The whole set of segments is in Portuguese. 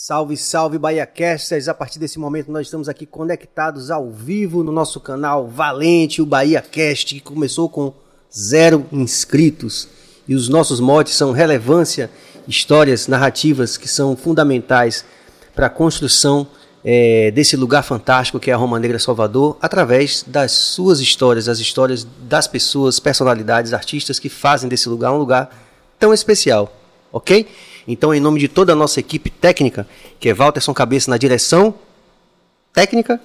Salve, salve, BahiaCasters! A partir desse momento nós estamos aqui conectados ao vivo no nosso canal Valente, o BahiaCast, que começou com 0 inscritos. E os nossos motes são relevância, histórias, narrativas que são fundamentais para a construção desse lugar fantástico que é a Roma Negra Salvador, através das suas histórias, as histórias das pessoas, personalidades, artistas que fazem desse lugar um lugar tão especial, ok? Então, em nome de toda a nossa equipe técnica, que é Walterson Cabeça na direção técnica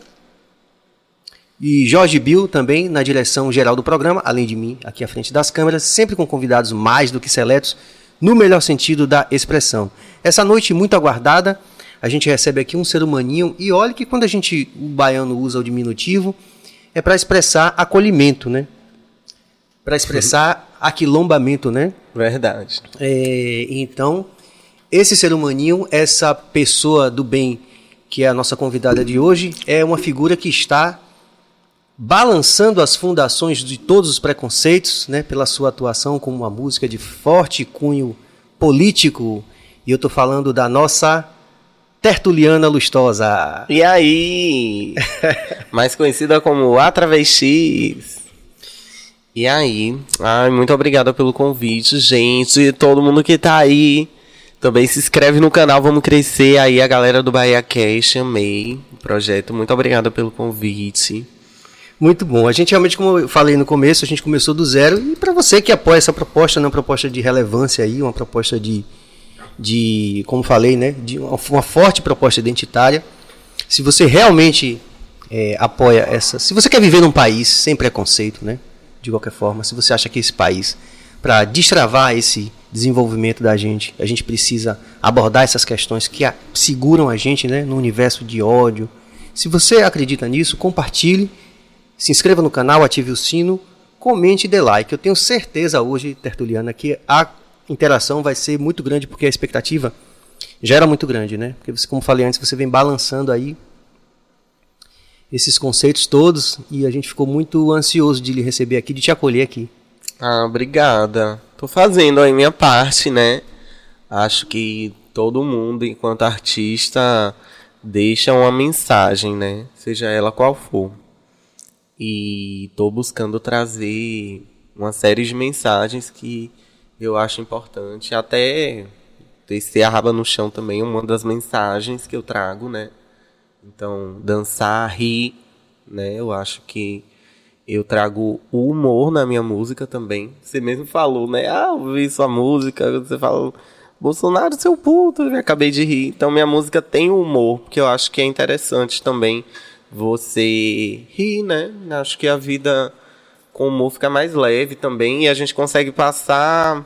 e Jorge Bill também na direção geral do programa, além de mim, aqui à frente das câmeras, sempre com convidados mais do que seletos, no melhor sentido da expressão. Essa noite muito aguardada, a gente recebe aqui um ser humaninho, e olha que quando o baiano usa o diminutivo, é para expressar acolhimento, né? Para expressar aquilombamento, né? Verdade. Então, esse ser humaninho, essa pessoa do bem, que é a nossa convidada de hoje, é uma figura que está balançando as fundações de todos os preconceitos, né, pela sua atuação como uma música de forte cunho político. E eu estou falando da nossa Tertuliana Lustosa. E aí? Mais conhecida como A Travestis. E aí? Ai, muito obrigada pelo convite, gente. Todo mundo que tá aí. Também se inscreve no canal, vamos crescer aí, a galera do BahiaCast, amei o projeto, muito obrigada pelo convite. Muito bom, a gente realmente, como eu falei no começo, a gente começou do zero, e para você que apoia essa proposta, uma proposta de relevância aí, uma proposta de como falei, né, de uma forte proposta identitária, se você realmente apoia essa, se você quer viver num país sem preconceito, né, de qualquer forma, se você acha que esse país, para destravar esse desenvolvimento da gente, a gente precisa abordar essas questões que seguram a gente, né, no universo de ódio. Se você acredita nisso, compartilhe, se inscreva no canal, ative o sino, comente e dê like. Eu tenho certeza hoje, Tertuliana, que a interação vai ser muito grande, porque a expectativa já era muito grande, né? Porque você, como falei antes, você vem balançando aí esses conceitos todos, e a gente ficou muito ansioso de lhe receber aqui, de te acolher aqui. Ah, obrigada. Tô fazendo aí minha parte, né? Acho que todo mundo, enquanto artista, deixa uma mensagem, né? Seja ela qual for. E tô buscando trazer uma série de mensagens que eu acho importante. Até descer a raba no chão também é uma das mensagens que eu trago, né? Então, dançar, rir, né? Eu acho que eu trago o humor na minha música também. Você mesmo falou, né? Ah, eu ouvi sua música. Você falou, Bolsonaro, seu puto. Eu acabei de rir. Então, minha música tem humor, porque eu acho que é interessante também você rir, né? Acho que a vida com humor fica mais leve também. E a gente consegue passar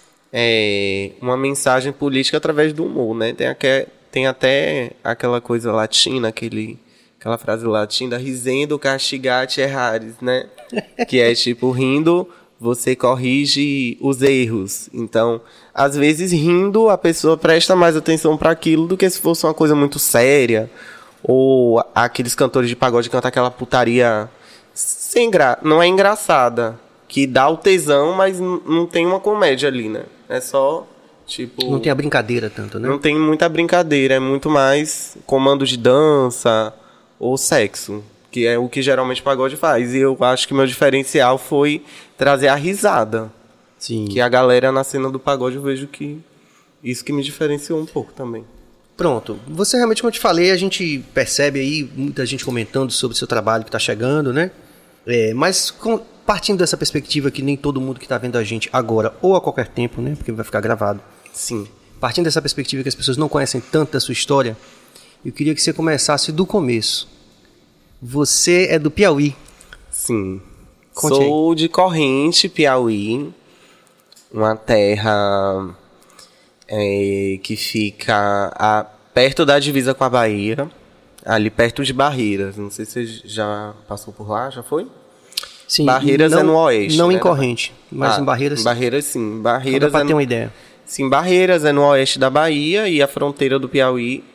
uma mensagem política através do humor, né? Tem até aquela coisa latina, aquela frase latina, risendo castigate errares, né? Que é tipo, rindo, você corrige os erros. Então, às vezes, rindo, a pessoa presta mais atenção para aquilo do que se fosse uma coisa muito séria. Ou aqueles cantores de pagode cantam aquela putaria não é engraçada. Que dá o tesão, mas não tem uma comédia ali, né? É só, tipo... Não tem a brincadeira tanto, né? Não tem muita brincadeira, é muito mais comando de dança ou sexo, que é o que geralmente o pagode faz. E eu acho que meu diferencial foi trazer a risada. Sim. Que a galera na cena do pagode, eu vejo que isso que me diferenciou um pouco também. Pronto. Você realmente, como eu te falei, a gente percebe aí muita gente comentando sobre o seu trabalho que está chegando, né? Mas partindo dessa perspectiva que nem todo mundo que está vendo a gente agora ou a qualquer tempo, né? Porque vai ficar gravado. Sim. Partindo dessa perspectiva que as pessoas não conhecem tanto da sua história, eu queria que você começasse do começo. Você é do Piauí. Sim. Conte Sou aí. de Corrente, Piauí. Uma terra que fica perto da divisa com a Bahia. Ali perto de Barreiras. Não sei se você já passou por lá, já foi? Sim, Barreiras não, é no oeste. Não né? em Corrente, mas em Barreiras. Em Barreiras, sim. Dá para ter uma ideia. Sim, Barreiras é no oeste da Bahia e a fronteira do Piauí,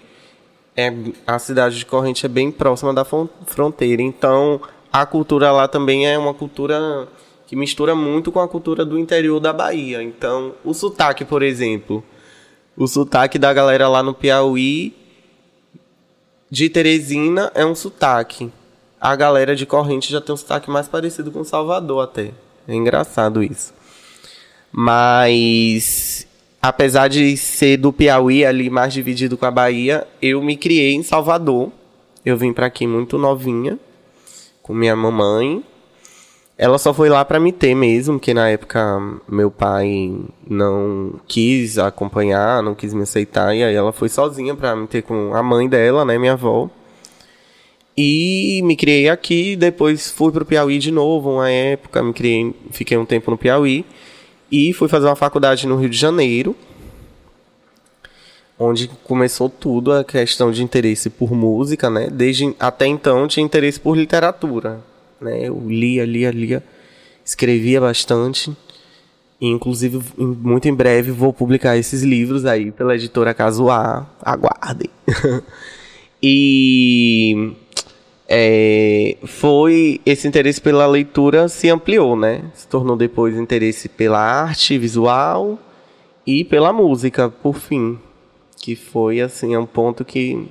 a cidade de Corrente é bem próxima da fronteira. Então, a cultura lá também é uma cultura que mistura muito com a cultura do interior da Bahia. Então, o sotaque, por exemplo, o sotaque da galera lá no Piauí de Teresina é um sotaque. A galera de Corrente já tem um sotaque mais parecido com Salvador até. É engraçado isso. Mas, apesar de ser do Piauí, ali mais dividido com a Bahia, eu me criei em Salvador. Eu vim pra aqui muito novinha, com minha mamãe. Ela só foi lá pra me ter mesmo, porque na época meu pai não quis acompanhar, não quis me aceitar. E aí ela foi sozinha pra me ter com a mãe dela, né, minha avó. E me criei aqui, depois fui pro Piauí de novo, uma época, fiquei um tempo no Piauí. E fui fazer uma faculdade no Rio de Janeiro, onde começou tudo, a questão de interesse por música, né? Até então tinha interesse por literatura, né? Eu lia, escrevia bastante. E, inclusive, muito em breve vou publicar esses livros aí pela editora Casuar, aguardem. E foi esse interesse pela leitura se ampliou, né? Se tornou depois interesse pela arte visual e pela música, por fim. Que foi, assim, um ponto que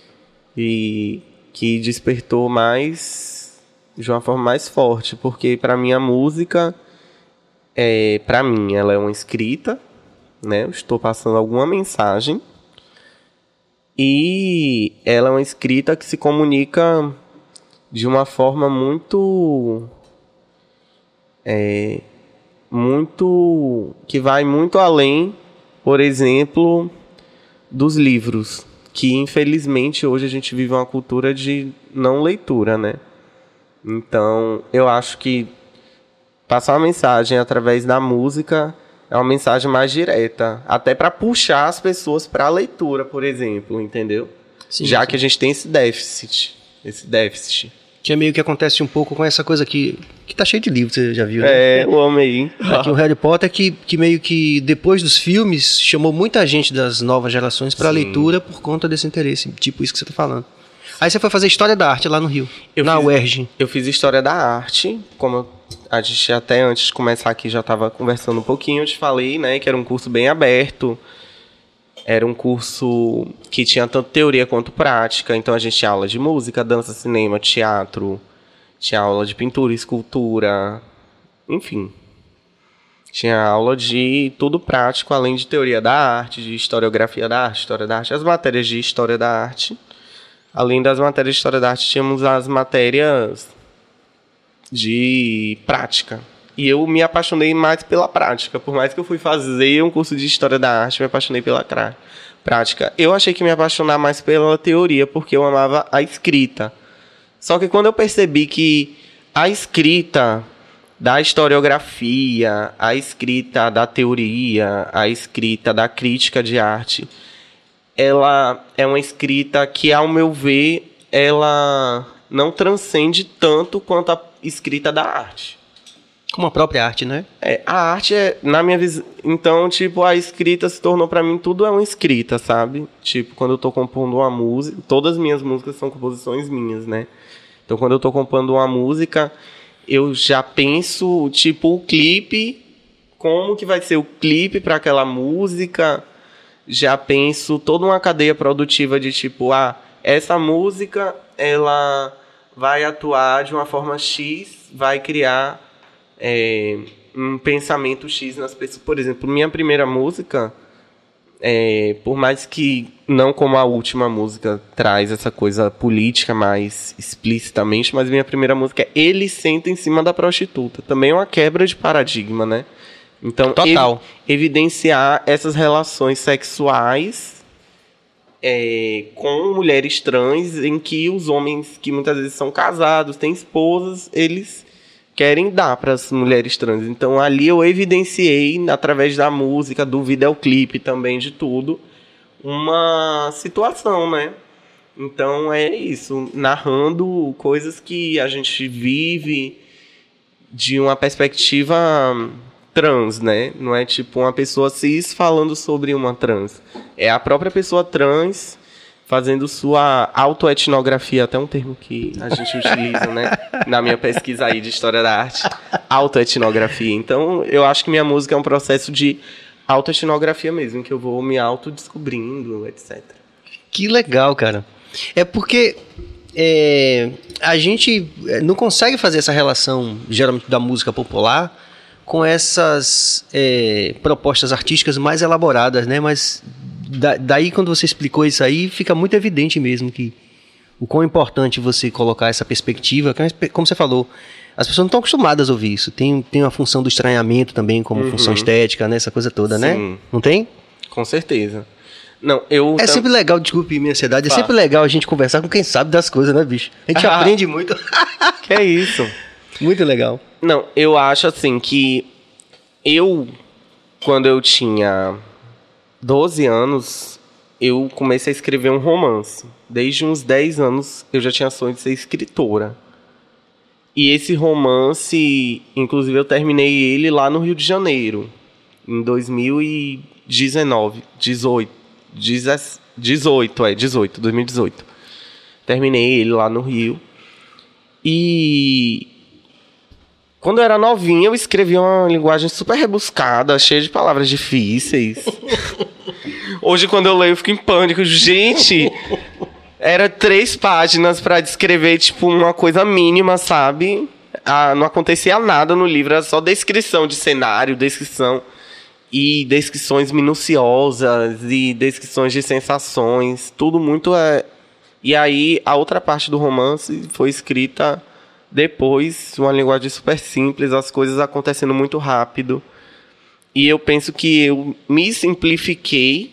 despertou mais, de uma forma mais forte. Porque, para mim, a música, para mim, ela é uma escrita, né? Eu estou passando alguma mensagem. E ela é uma escrita que se comunica de uma forma muito que vai muito além, por exemplo, dos livros, que infelizmente hoje a gente vive uma cultura de não leitura, né? Então, eu acho que passar uma mensagem através da música é uma mensagem mais direta, até para puxar as pessoas para a leitura, por exemplo, entendeu? Sim, já que a gente tem esse déficit. Que é meio que acontece um pouco com essa coisa que tá cheio de livros, você já viu, né? Eu amei. Aqui o Harry Potter que meio que depois dos filmes chamou muita gente das novas gerações para a leitura por conta desse interesse, tipo isso que você tá falando. Aí você foi fazer História da Arte lá no Rio, na UERJ. Eu fiz História da Arte, como a gente até antes de começar aqui já estava conversando um pouquinho, eu te falei, né, que era um curso bem aberto, era um curso que tinha tanto teoria quanto prática, então a gente tinha aula de música, dança, cinema, teatro, tinha aula de pintura, escultura, enfim. Tinha aula de tudo prático, além de teoria da arte, de historiografia da arte, história da arte, as matérias de história da arte. Além das matérias de história da arte, tínhamos as matérias de prática. E eu me apaixonei mais pela prática. Por mais que eu fui fazer um curso de história da arte, me apaixonei pela prática. Eu achei que me apaixonar mais pela teoria, porque eu amava a escrita. Só que quando eu percebi que a escrita da historiografia, a escrita da teoria, a escrita da crítica de arte, ela é uma escrita que, ao meu ver, ela não transcende tanto quanto a escrita da arte. Como a própria arte, né? A arte na minha visão... Então, tipo, a escrita se tornou pra mim, tudo é uma escrita, sabe? Tipo, quando eu tô compondo uma música... Todas as minhas músicas são composições minhas, né? Então, quando eu tô compondo uma música, eu já penso, tipo, o clipe... Como que vai ser o clipe pra aquela música... Já penso toda uma cadeia produtiva de tipo, essa música, ela vai atuar de uma forma X, vai criar um pensamento X nas pessoas. Por exemplo, minha primeira música, por mais que não como a última música traz essa coisa política mais explicitamente, mas minha primeira música é Ele Senta em Cima da Prostituta. Também é uma quebra de paradigma, né? Então, evidenciar essas relações sexuais com mulheres trans, em que os homens que muitas vezes são casados, têm esposas, eles querem dar para as mulheres trans. Então, ali eu evidenciei, através da música, do videoclipe também, de tudo, uma situação, né? Então, é isso, narrando coisas que a gente vive de uma perspectiva... trans, né? Não é tipo uma pessoa cis falando sobre uma trans. É a própria pessoa trans fazendo sua autoetnografia, até um termo que a gente utiliza, né? Na minha pesquisa aí de História da Arte. Autoetnografia. Então, eu acho que minha música é um processo de autoetnografia mesmo, que eu vou me autodescobrindo, etc. Que legal, cara. É porque a gente não consegue fazer essa relação, geralmente, da música popular com essas propostas artísticas mais elaboradas, né? Mas daí, quando você explicou isso aí, fica muito evidente mesmo que o quão importante você colocar essa perspectiva, como você falou, as pessoas não estão acostumadas a ouvir isso. Tem a função do estranhamento também, como função estética, né? Essa coisa toda, né? Não tem? Com certeza. Não, sempre legal, desculpe minha ansiedade, é sempre legal a gente conversar com quem sabe das coisas, né, bicho? A gente aprende muito. Que é isso? Muito legal. Não, eu acho assim que quando eu tinha 12 anos, eu comecei a escrever um romance. Desde uns 10 anos eu já tinha sonho de ser escritora. E esse romance, inclusive eu terminei ele lá no Rio de Janeiro, em 2019, 2018. Terminei ele lá no Rio. E quando eu era novinha, eu escrevia uma linguagem super rebuscada, cheia de palavras difíceis. Hoje, quando eu leio, eu fico em pânico. Gente, era 3 páginas pra descrever, tipo, uma coisa mínima, sabe? Não acontecia nada no livro, era só descrição de cenário, descrição e descrições minuciosas e descrições de sensações, tudo muito E aí, a outra parte do romance foi escrita depois, uma linguagem super simples, as coisas acontecendo muito rápido. E eu penso que eu me simplifiquei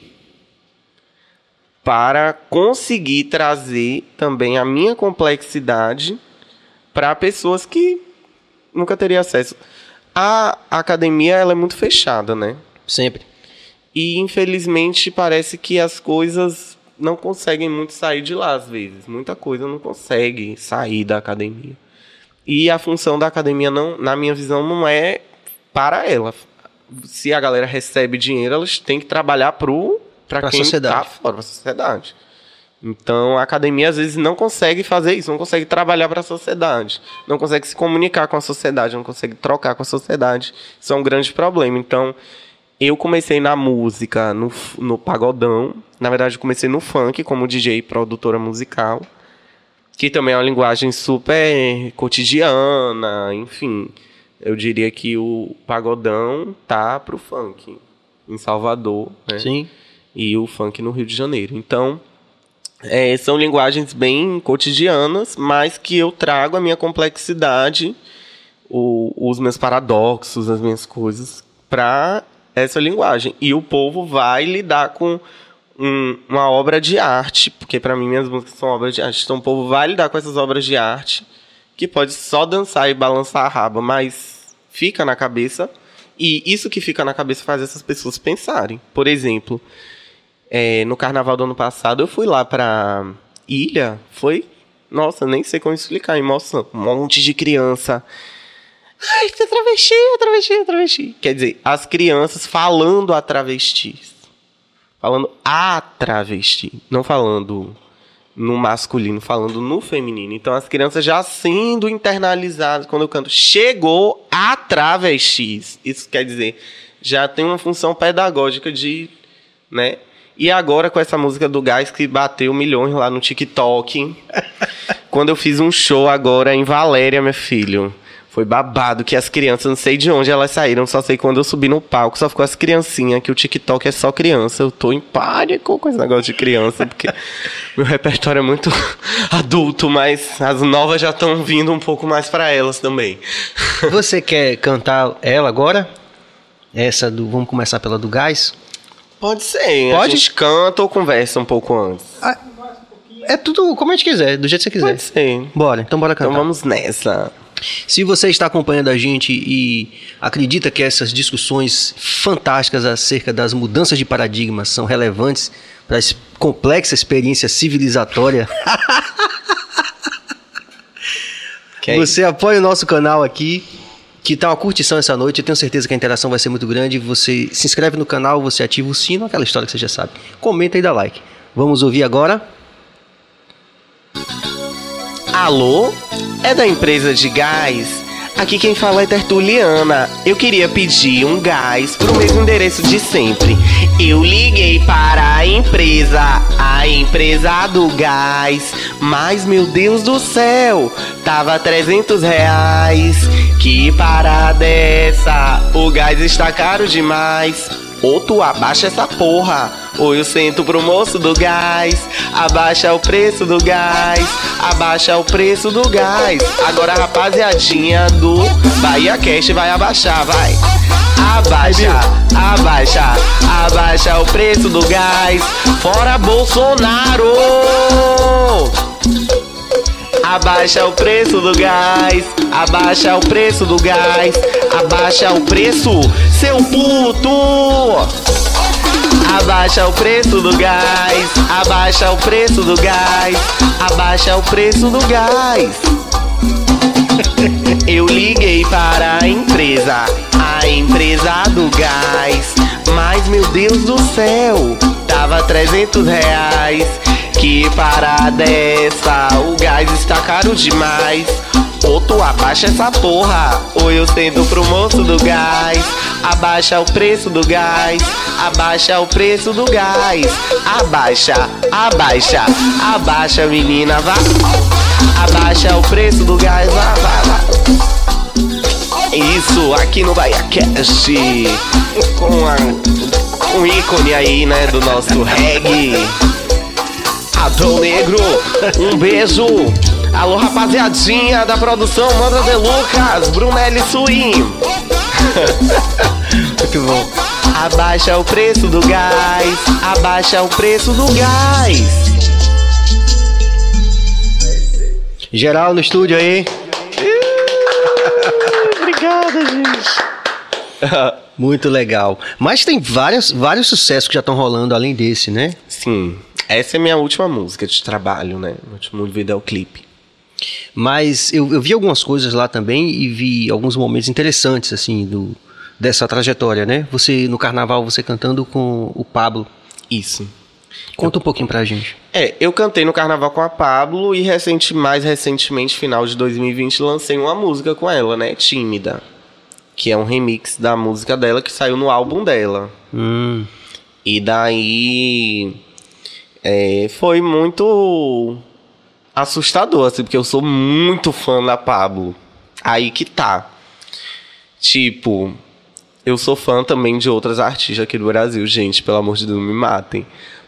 para conseguir trazer também a minha complexidade para pessoas que nunca teriam acesso. A academia, ela é muito fechada, né? Sempre. E, infelizmente, parece que as coisas não conseguem muito sair de lá, às vezes. Muita coisa não consegue sair da academia. E a função da academia, não, na minha visão, não é para ela. Se a galera recebe dinheiro, elas têm que trabalhar para quem está fora, para a sociedade. Então, a academia, às vezes, não consegue fazer isso, não consegue trabalhar para a sociedade, não consegue se comunicar com a sociedade, não consegue trocar com a sociedade. Isso é um grande problema. Então, eu comecei na música, no pagodão. Na verdade, eu comecei no funk, como DJ e produtora musical, que também é uma linguagem super cotidiana, enfim. Eu diria que o pagodão tá pro funk em Salvador, né? Sim. E o funk no Rio de Janeiro. Então, são linguagens bem cotidianas, mas que eu trago a minha complexidade, os meus paradoxos, as minhas coisas, para essa linguagem. E o povo vai lidar com uma obra de arte, porque para mim minhas músicas são obras de arte. Então o povo vai lidar com essas obras de arte, que pode só dançar e balançar a raba, mas fica na cabeça. E isso que fica na cabeça faz essas pessoas pensarem. Por exemplo, no carnaval do ano passado, eu fui lá pra ilha, nossa, nem sei como explicar a emoção. Um monte de criança. Ai, você é travesti. Quer dizer, as crianças falando a travestis. Falando a travesti. Não falando no masculino, falando no feminino. Então, as crianças já sendo internalizadas quando eu canto chegou a travestis. Isso quer dizer, já tem uma função pedagógica né? E agora com essa música do Gás que bateu milhões lá no TikTok. Quando eu fiz um show agora em Valéria, meu filho, foi babado que as crianças, não sei de onde elas saíram, só sei quando eu subi no palco, só ficou as criancinhas, que o TikTok é só criança. Eu tô em pânico com esse negócio de criança, porque meu repertório é muito adulto, mas as novas já estão vindo um pouco mais pra elas também. Você quer cantar ela agora? Vamos começar pela do Gás? Pode ser. Pode? A gente canta ou conversa um pouco antes? É tudo como a gente quiser, do jeito que você quiser. Pode ser. Bora, então bora cantar. Então vamos nessa. Se você está acompanhando a gente e acredita que essas discussões fantásticas acerca das mudanças de paradigmas são relevantes para essa complexa experiência civilizatória, você apoia o nosso canal aqui, que tá uma curtição essa noite. Eu tenho certeza que a interação vai ser muito grande. Você se inscreve no canal, você ativa o sino, aquela história que você já sabe. Comenta e dá like. Vamos ouvir agora. Alô? É da empresa de gás? Aqui quem fala é Tertuliana. Eu queria pedir um gás pro mesmo endereço de sempre. Eu liguei para a empresa do gás, mas meu Deus do céu, tava R$300. Que parada é essa? O gás está caro demais. Ou tu abaixa essa porra, ou eu sento pro moço do gás. Abaixa o preço do gás, abaixa o preço do gás. Agora a rapaziadinha do Bahia Cast vai abaixar, vai. Abaixa, abaixa, abaixa o preço do gás. Fora Bolsonaro! Abaixa o preço do gás, abaixa o preço do gás, abaixa o preço, seu puto! Abaixa o preço do gás, abaixa o preço do gás, abaixa o preço do gás. Eu liguei para a empresa do gás, mas meu Deus do céu, tava R$300. Que parada é essa? O gás está caro demais. Ou tu abaixa essa porra, ou eu sento pro moço do gás. Abaixa o preço do gás, abaixa o preço do gás. Abaixa, abaixa, abaixa menina, vá. Abaixa o preço do gás, vá, vá, vá. Isso, aqui no BahiaCast, com um ícone aí, né, do nosso reggae. Adão Negro, um beijo. Alô, rapaziadinha da produção Manda de Lucas, Brunelli Swing. Muito bom. Abaixa o preço do gás, abaixa o preço do gás. Geral no estúdio aí. Obrigada, gente. Muito legal. Mas tem vários sucessos que já estão rolando além desse, né? Sim. Essa é minha última música de trabalho, né? O último videoclipe. Mas eu vi algumas coisas lá também e vi alguns momentos interessantes, assim, dessa trajetória, né? Você, no carnaval, você cantando com o Pablo. Isso. Conta um pouquinho pra gente. Eu cantei no carnaval com a Pablo e mais recentemente, final de 2020, lancei uma música com ela, né? Tímida. Que é um remix da música dela que saiu no álbum dela. E daí... foi muito assustador, assim, porque eu sou muito fã da Pablo. Aí que tá. Tipo, eu sou fã também de outras artistas aqui do Brasil. Gente, pelo amor de Deus, não me matem.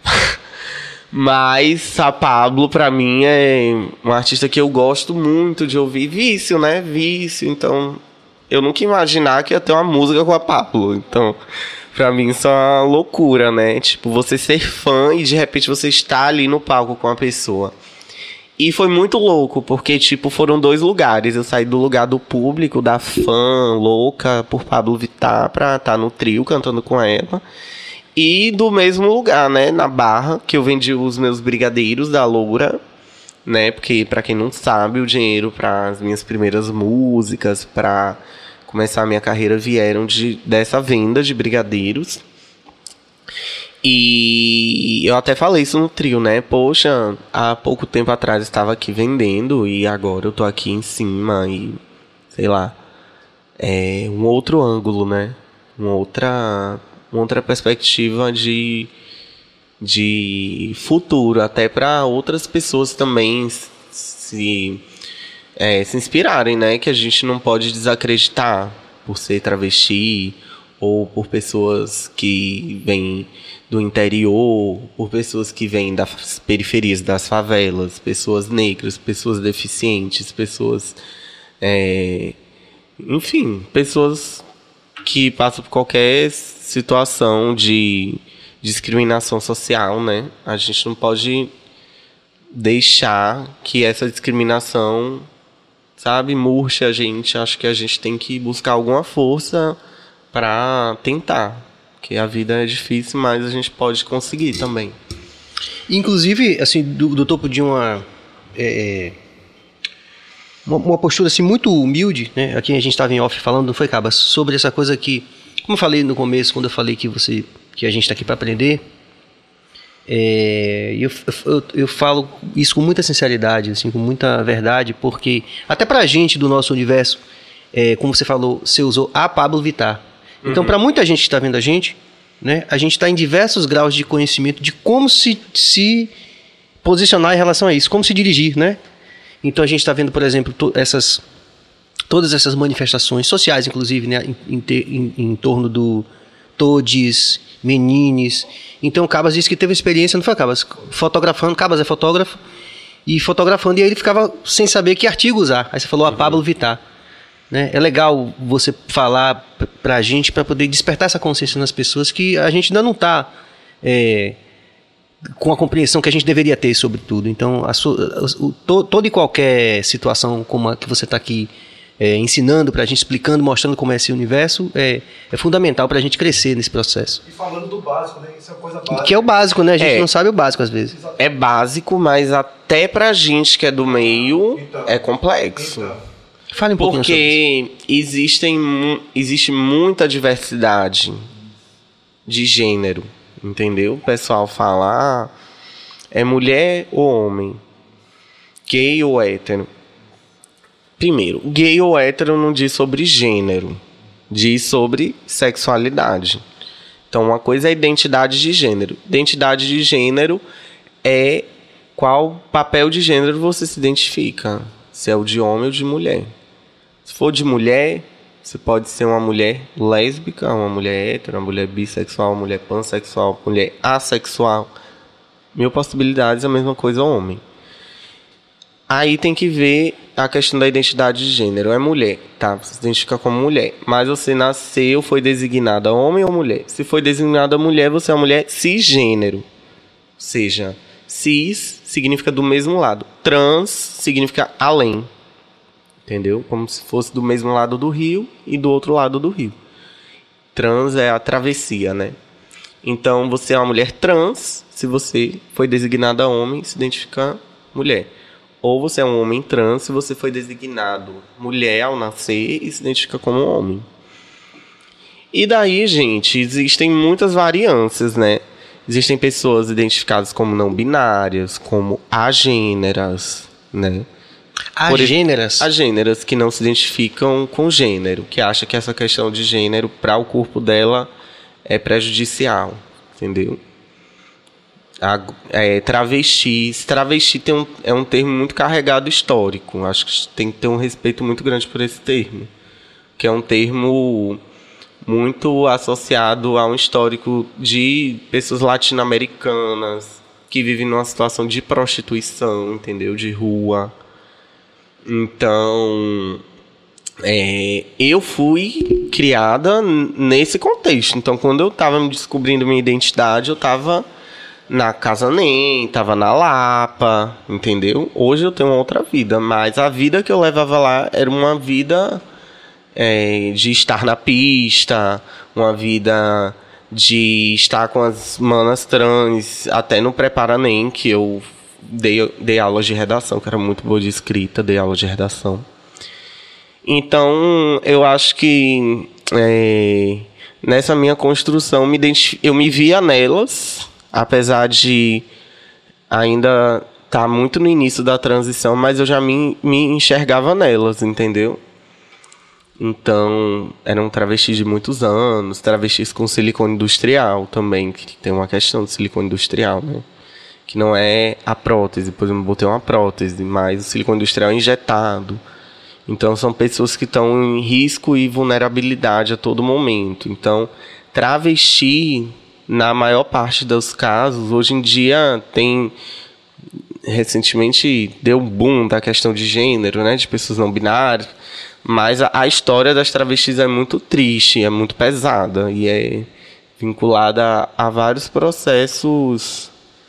Mas a Pablo, pra mim, é uma artista que eu gosto muito de ouvir. Vício, né? Vício. Então, eu nunca ia imaginar que ia ter uma música com a Pablo. Então... Pra mim isso é uma loucura, né? Tipo, você ser fã e de repente você estar ali no palco com a pessoa. E foi muito louco, porque, tipo, foram dois lugares. Eu saí do lugar do público, da fã louca por Pablo Vittar, pra estar no trio cantando com ela. E do mesmo lugar, né? Na Barra, que eu vendi os meus brigadeiros da Loura, né? Porque, pra quem não sabe, o dinheiro para as minhas primeiras músicas, pra... começar a minha carreira vieram dessa venda de brigadeiros. E eu até falei isso no trio, né? Poxa, há pouco tempo atrás eu estava aqui vendendo e agora eu tô aqui em cima e, sei lá, é um outro ângulo, né? Uma outra perspectiva de futuro, até para outras pessoas também se inspirarem, né? Que a gente não pode desacreditar por ser travesti ou por pessoas que vêm do interior, por pessoas que vêm das periferias, das favelas, pessoas negras, pessoas deficientes, pessoas... enfim, pessoas que passam por qualquer situação de discriminação social, né? A gente não pode deixar que essa discriminação... sabe, murcha a gente. Acho que a gente tem que buscar alguma força pra tentar. Porque a vida é difícil, mas a gente pode conseguir também. Inclusive, assim, do topo de uma postura assim, muito humilde, né? Aqui a gente estava em off falando, não foi, Caba? Sobre essa coisa que, como eu falei no começo, quando eu falei que a gente está aqui para aprender, eu falo isso com muita sinceridade, assim, com muita verdade, porque até pra gente do nosso universo como você falou, você usou a Pablo Vittar. Então, para muita gente que está vendo a gente, né, a gente está em diversos graus de conhecimento de como se posicionar em relação a isso, como se dirigir, né? Então, a gente está vendo, por exemplo, todas essas manifestações sociais, inclusive, né, em torno do Todes, Menines. Então, Cabas disse que teve experiência, não foi, Cabas? Fotografando, Cabas é fotógrafo, e fotografando, e aí ele ficava sem saber que artigo usar. Aí você falou a Pablo Vittar. Né? É legal você falar pra gente, para poder despertar essa consciência nas pessoas, que a gente ainda não está com a compreensão que a gente deveria ter sobre tudo. Então, toda e qualquer situação como a que você está aqui ensinando pra gente, explicando, mostrando como é esse universo, é fundamental pra gente crescer nesse processo. E falando do básico, né? Isso é coisa básica. Que é o básico, né? A gente não sabe o básico às vezes. É básico, mas até pra gente que é do meio, é complexo. Fale um pouquinho sobre isso. Existe muita diversidade de gênero, entendeu? O pessoal fala, é mulher ou homem, gay ou hétero. Primeiro, gay ou hétero não diz sobre gênero, diz sobre sexualidade. Então, uma coisa é identidade de gênero. Identidade de gênero é qual papel de gênero você se identifica, se é o de homem ou de mulher. Se for de mulher, você pode ser uma mulher lésbica, uma mulher hétero, uma mulher bissexual, uma mulher pansexual, mulher assexual. Mil possibilidades, a mesma coisa homem. Aí tem que ver a questão da identidade de gênero. É mulher, tá? Você se identifica como mulher. Mas você nasceu, foi designada homem ou mulher? Se foi designada mulher, você é uma mulher cisgênero. Ou seja, cis significa do mesmo lado. Trans significa além. Entendeu? Como se fosse do mesmo lado do rio e do outro lado do rio. Trans é a travessia, né? Então, você é uma mulher trans, se você foi designada homem, se identifica mulher. Ou você é um homem trans, se você foi designado mulher ao nascer e se identifica como homem. E daí, gente, existem muitas variâncias, né? Existem pessoas identificadas como não binárias, como agêneras, né? Agêneras que não se identificam com gênero, que acham que essa questão de gênero para o corpo dela é prejudicial, entendeu? Travesti é um termo muito carregado histórico. Acho que tem que ter um respeito muito grande por esse termo, que é um termo muito associado a um histórico de pessoas latino-americanas que vivem numa situação de prostituição, entendeu? De rua. Então, eu fui criada nesse contexto. Então, quando eu estava me descobrindo minha identidade, eu estava na Casa NEM, estava na Lapa, entendeu? Hoje eu tenho uma outra vida, mas a vida que eu levava lá era uma vida de estar na pista, uma vida de estar com as manas trans, até no Prepara NEM, que eu dei aulas de redação, que era muito boa de escrita, dei aula de redação. Então, eu acho que nessa minha construção eu me via nelas, apesar de ainda estar muito no início da transição, mas eu já me enxergava nelas, entendeu? Então, eram travestis de muitos anos, travestis com silicone industrial também, que tem uma questão de silicone industrial, né? Que não é a prótese, por exemplo, eu botei uma prótese, mas o silicone industrial é injetado. Então, são pessoas que estão em risco e vulnerabilidade a todo momento. Então, travesti, na maior parte dos casos, hoje em dia recentemente deu um boom da questão de gênero, né, de pessoas não binárias, mas a história das travestis é muito triste, é muito pesada e é vinculada a vários processos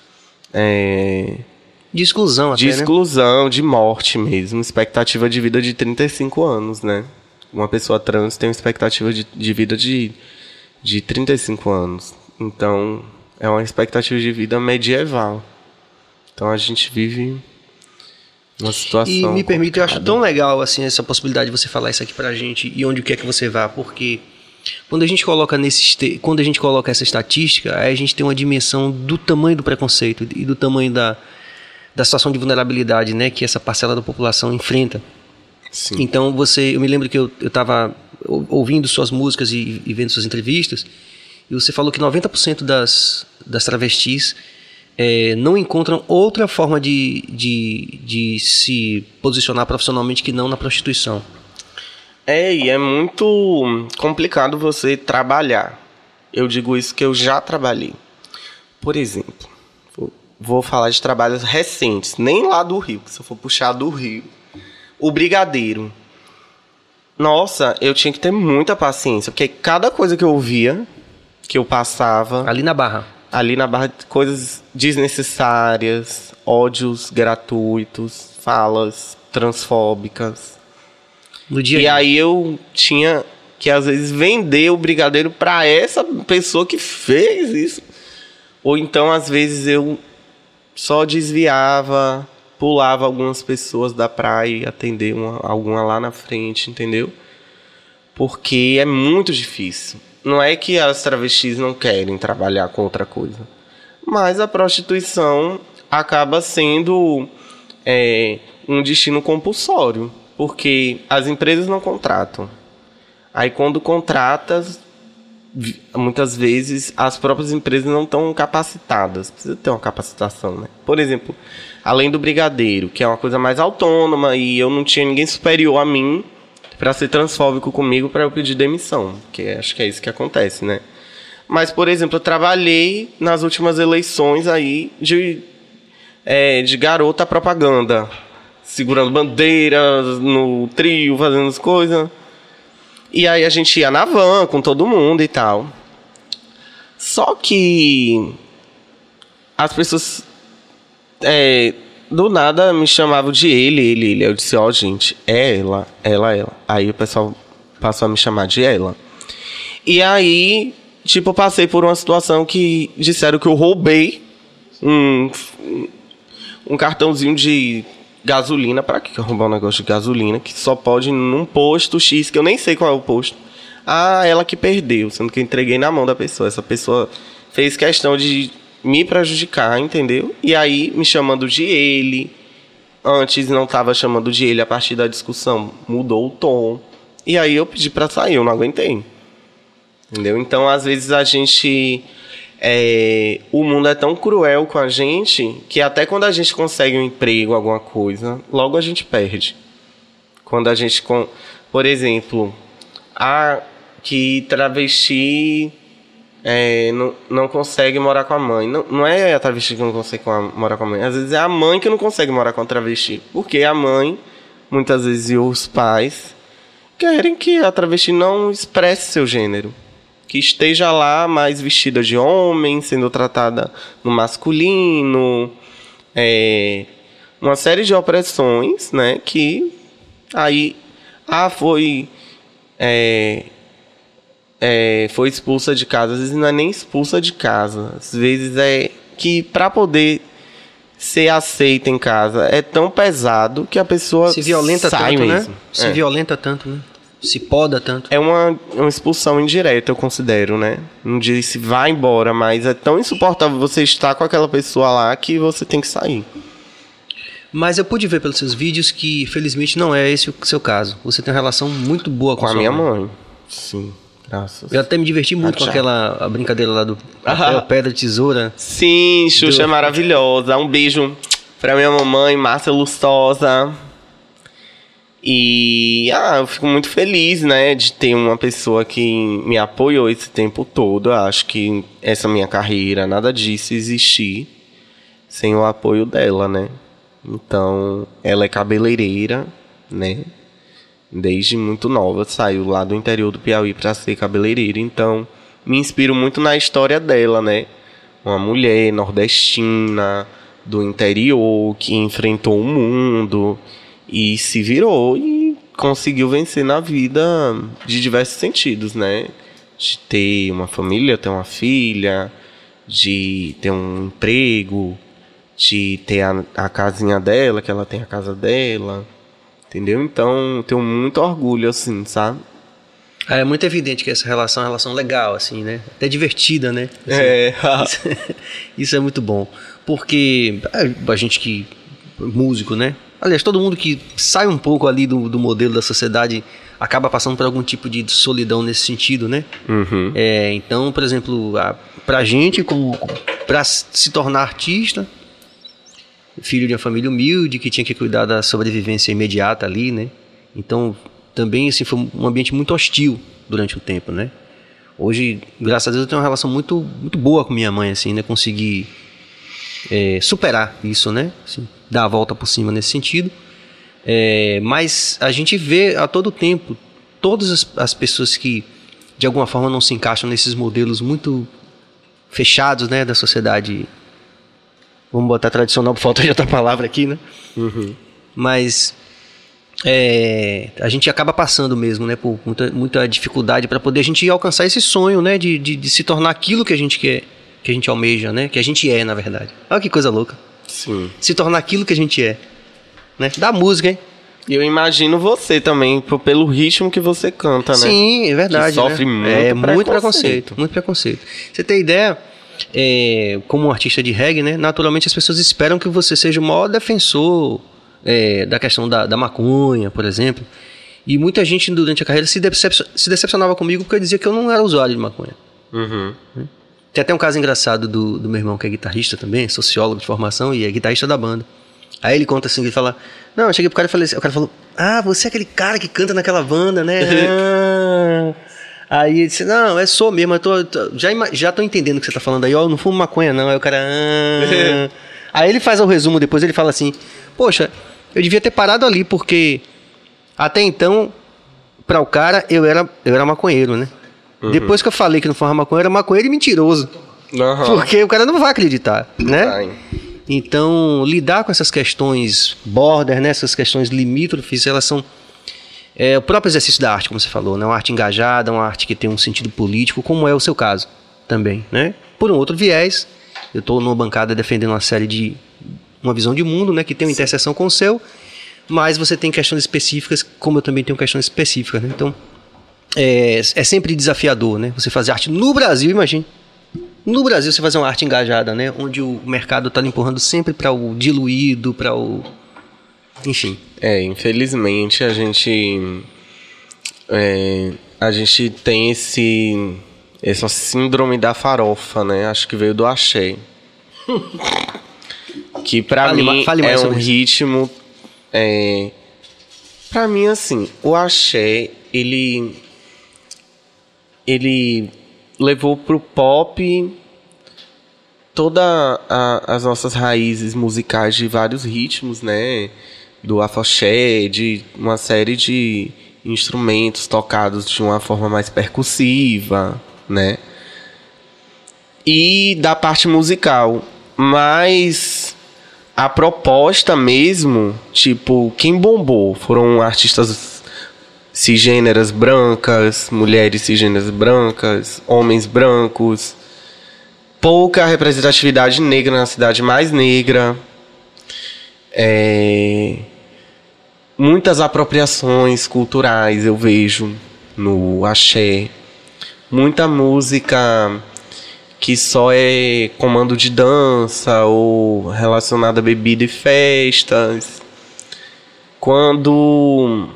de exclusão até, de exclusão, de morte mesmo, expectativa de vida de 35 anos, né? Uma pessoa trans tem uma expectativa de vida de 35 anos. Então, é uma expectativa de vida medieval. Então, a gente vive uma situação... E me permite, eu acho tão legal assim, essa possibilidade de você falar isso aqui pra gente e onde quer que você vá, porque quando a gente coloca essa estatística, aí a gente tem uma dimensão do tamanho do preconceito e do tamanho da situação de vulnerabilidade, né, que essa parcela da população enfrenta. Sim. Então eu me lembro que eu estava ouvindo suas músicas e vendo suas entrevistas, e você falou que 90% das travestis não encontram outra forma de se posicionar profissionalmente que não na prostituição. E é muito complicado você trabalhar. Eu digo isso que eu já trabalhei. Por exemplo, vou falar de trabalhos recentes, nem lá do Rio, se eu for puxar do Rio. O brigadeiro. Nossa, eu tinha que ter muita paciência, porque cada coisa que eu ouvia, que eu passava... Ali na Barra, coisas desnecessárias, ódios gratuitos, falas transfóbicas. no dia E a dia. aí eu tinha que, às vezes, vender o brigadeiro para essa pessoa que fez isso. Ou então, às vezes, eu só desviava, pulava algumas pessoas da praia e atender alguma lá na frente, entendeu? Porque é muito difícil. Não é que as travestis não querem trabalhar com outra coisa, mas a prostituição acaba sendo um destino compulsório, porque as empresas não contratam. Aí quando contratas, muitas vezes as próprias empresas não estão capacitadas. Precisa ter uma capacitação, né? Por exemplo, além do brigadeiro, que é uma coisa mais autônoma e eu não tinha ninguém superior a mim para ser transfóbico comigo para eu pedir demissão, que acho que é isso que acontece, né? Mas, por exemplo, eu trabalhei nas últimas eleições aí de garota propaganda, segurando bandeiras no trio, fazendo as coisas. E aí a gente ia na van com todo mundo e tal. Só que as pessoas do nada me chamavam de ele. Eu disse, gente, é ela. Aí o pessoal passou a me chamar de ela. E aí, tipo, eu passei por uma situação que disseram que eu roubei um cartãozinho de gasolina. Pra que eu roubar um negócio de gasolina que só pode ir num posto X, que eu nem sei qual é o posto. Ela que perdeu, sendo que eu entreguei na mão da pessoa. Essa pessoa fez questão de me prejudicar, entendeu? E aí, me chamando de ele. Antes não estava chamando de ele, a partir da discussão mudou o tom. E aí eu pedi pra sair, eu não aguentei. Entendeu? Então, às vezes, a gente... o mundo é tão cruel com a gente que até quando a gente consegue um emprego, alguma coisa, logo a gente perde. Quando a gente... Por exemplo, que travesti... não consegue morar com a mãe. Não é a travesti que não consegue morar com a mãe. Às vezes é a mãe que não consegue morar com a travesti. Porque a mãe, muitas vezes, e os pais querem que a travesti não expresse seu gênero. Que esteja lá mais vestida de homem, sendo tratada no masculino. Uma série de opressões, né? Que aí... foi expulsa de casa. Às vezes não é nem expulsa de casa. Às vezes é que para poder ser aceita em casa é tão pesado que a pessoa se violenta sai tanto, mesmo. né? Se violenta tanto, né? Se poda tanto. É uma expulsão indireta, eu considero, né? Não disse vai embora, mas é tão insuportável você estar com aquela pessoa lá que você tem que sair. Mas eu pude ver pelos seus vídeos que, felizmente, não é esse o seu caso. Você tem uma relação muito boa com a sua minha mãe. Sim, graças. Eu até me diverti muito com a brincadeira lá do papel, pedra, tesoura. Sim, Xuxa é maravilhosa. Um beijo pra minha mamãe, Márcia Lustosa. E eu fico muito feliz, né, de ter uma pessoa que me apoiou esse tempo todo. Eu acho que essa minha carreira, nada disso existir sem o apoio dela, né? Então, ela é cabeleireira, né? Desde muito nova, saiu lá do interior do Piauí para ser cabeleireira. Então, me inspiro muito na história dela, né? Uma mulher nordestina, do interior, que enfrentou o mundo e se virou e conseguiu vencer na vida de diversos sentidos, né? De ter uma família, ter uma filha, de ter um emprego, de ter a casinha dela, que ela tem a casa dela, entendeu? Então, eu tenho muito orgulho, assim, sabe? É muito evidente que essa relação é uma relação legal, assim, né? Até divertida, né? Assim, isso é muito bom. Porque a gente que músico, né? Aliás, todo mundo que sai um pouco ali do modelo da sociedade acaba passando por algum tipo de solidão nesse sentido, né? Uhum. Então, por exemplo, pra gente, pra se tornar artista, filho de uma família humilde, que tinha que cuidar da sobrevivência imediata ali, né? Então, também, assim, foi um ambiente muito hostil durante um tempo, né? Hoje, graças a Deus, eu tenho uma relação muito, muito boa com minha mãe, assim, né? Consegui superar isso, né? Assim, dar a volta por cima nesse sentido. Mas a gente vê a todo tempo todas as pessoas que de alguma forma não se encaixam nesses modelos muito fechados, né, da sociedade, vamos botar tradicional por falta de outra palavra aqui, né? Uhum. Mas a gente acaba passando mesmo, né, por muita dificuldade para poder a gente alcançar esse sonho, né, de se tornar aquilo que a gente quer, que a gente almeja, né, que a gente na verdade. Olha que coisa louca. Sim. Se tornar aquilo que a gente né? Da música, hein? E eu imagino você também, pelo ritmo que você canta, né? Sim, é verdade. Que sofre né? muito preconceito. Muito preconceito. Você tem ideia, como um artista de reggae, né? Naturalmente as pessoas esperam que você seja o maior defensor da questão da maconha, por exemplo. E muita gente durante a carreira se decepcionava comigo porque eu dizia que eu não era usuário de maconha. Uhum. Tem até um caso engraçado do meu irmão que é guitarrista também, sociólogo de formação e é guitarrista da banda. Aí ele conta assim, ele fala, não, eu cheguei pro cara e falei assim, o cara falou, você é aquele cara que canta naquela banda, né? Aí ele disse, não, sou mesmo, eu já tô entendendo o que você tá falando aí, eu não fumo maconha não, aí o cara, Aí ele faz o resumo depois, ele fala assim, poxa, eu devia ter parado ali, porque até então, pra o cara, eu era maconheiro, né? Uhum. Depois que eu falei que não fumava maconha, eu era maconheiro e mentiroso. Uhum. Porque o cara não vai acreditar, né? Vai. Então, lidar com essas questões border, né, essas questões limítrofes, elas são o próprio exercício da arte, como você falou, né, uma arte engajada, uma arte que tem um sentido político, como é o seu caso também, né? Por um outro viés, eu estou numa bancada defendendo uma visão de mundo, né, que tem uma interseção com o seu, mas você tem questões específicas, como eu também tenho questões específicas, né? Então, é sempre desafiador, né? Você fazer arte no Brasil, imagine. No Brasil, você fazer uma arte engajada, né? Onde o mercado está empurrando sempre para o diluído, para o... Enfim. Infelizmente, a gente tem essa síndrome da farofa, né? Acho que veio do axé. Que pra mim é um ritmo... Pra mim, assim, o axé, ele levou pro pop todas as nossas raízes musicais de vários ritmos, né? Do afoxé, de uma série de instrumentos tocados de uma forma mais percussiva, né? E da parte musical. Mas a proposta mesmo, tipo, quem bombou foram artistas cisgêneras brancas, mulheres cisgêneras brancas, homens brancos, pouca representatividade negra na cidade mais negra, muitas apropriações culturais eu vejo no axé, muita música que só é comando de dança ou relacionada a bebida e festas. Quando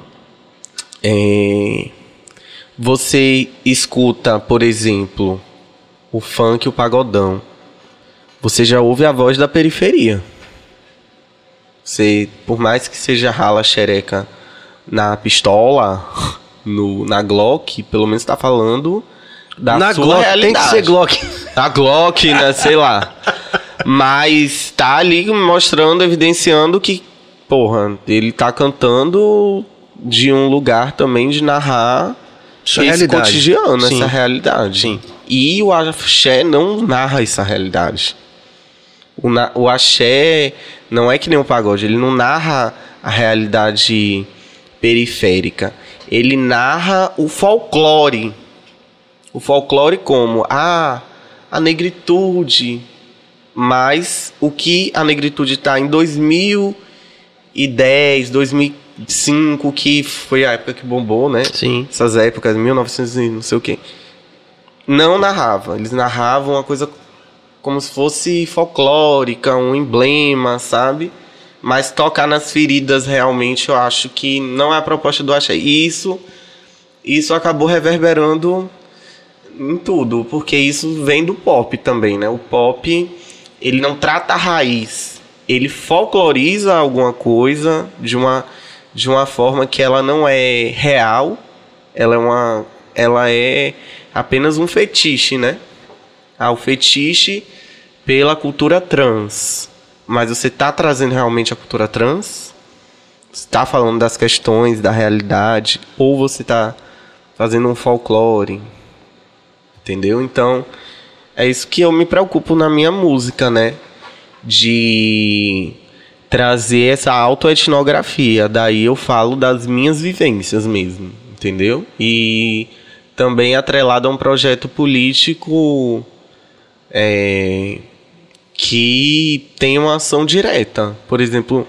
você escuta, por exemplo, o funk e o pagodão, você já ouve a voz da periferia. Você, por mais que seja rala xereca na pistola, na Glock, pelo menos está falando da na sua Glock, realidade. tem que ser Glock. A Glock, né, sei lá. Mas tá ali mostrando, evidenciando que, porra, ele tá cantando de um lugar também de narrar esse cotidiano, essa realidade. Sim. E o axé não narra essa realidade. O axé não é que nem o pagode, ele não narra a realidade periférica. Ele narra o folclore. O folclore como a negritude. Mas o que a negritude está em 2010, 2005, que foi a época que bombou, né? Sim. Essas épocas, 1900 e não sei o quê. Não narrava. Eles narravam uma coisa como se fosse folclórica, um emblema, sabe? Mas tocar nas feridas, realmente, eu acho que não é a proposta do axé. E isso acabou reverberando em tudo, porque isso vem do pop também, né? O pop, ele não trata a raiz, ele folcloriza alguma coisa de uma forma que ela não é real, ela é apenas um fetiche, né? O fetiche pela cultura trans. Mas você está trazendo realmente a cultura trans? Você está falando das questões, da realidade? Ou você está fazendo um folclore? Entendeu? Então, é isso que eu me preocupo na minha música, né? De trazer essa autoetnografia. Daí eu falo das minhas vivências mesmo. Entendeu? E também atrelado a um projeto político... que tem uma ação direta. Por exemplo,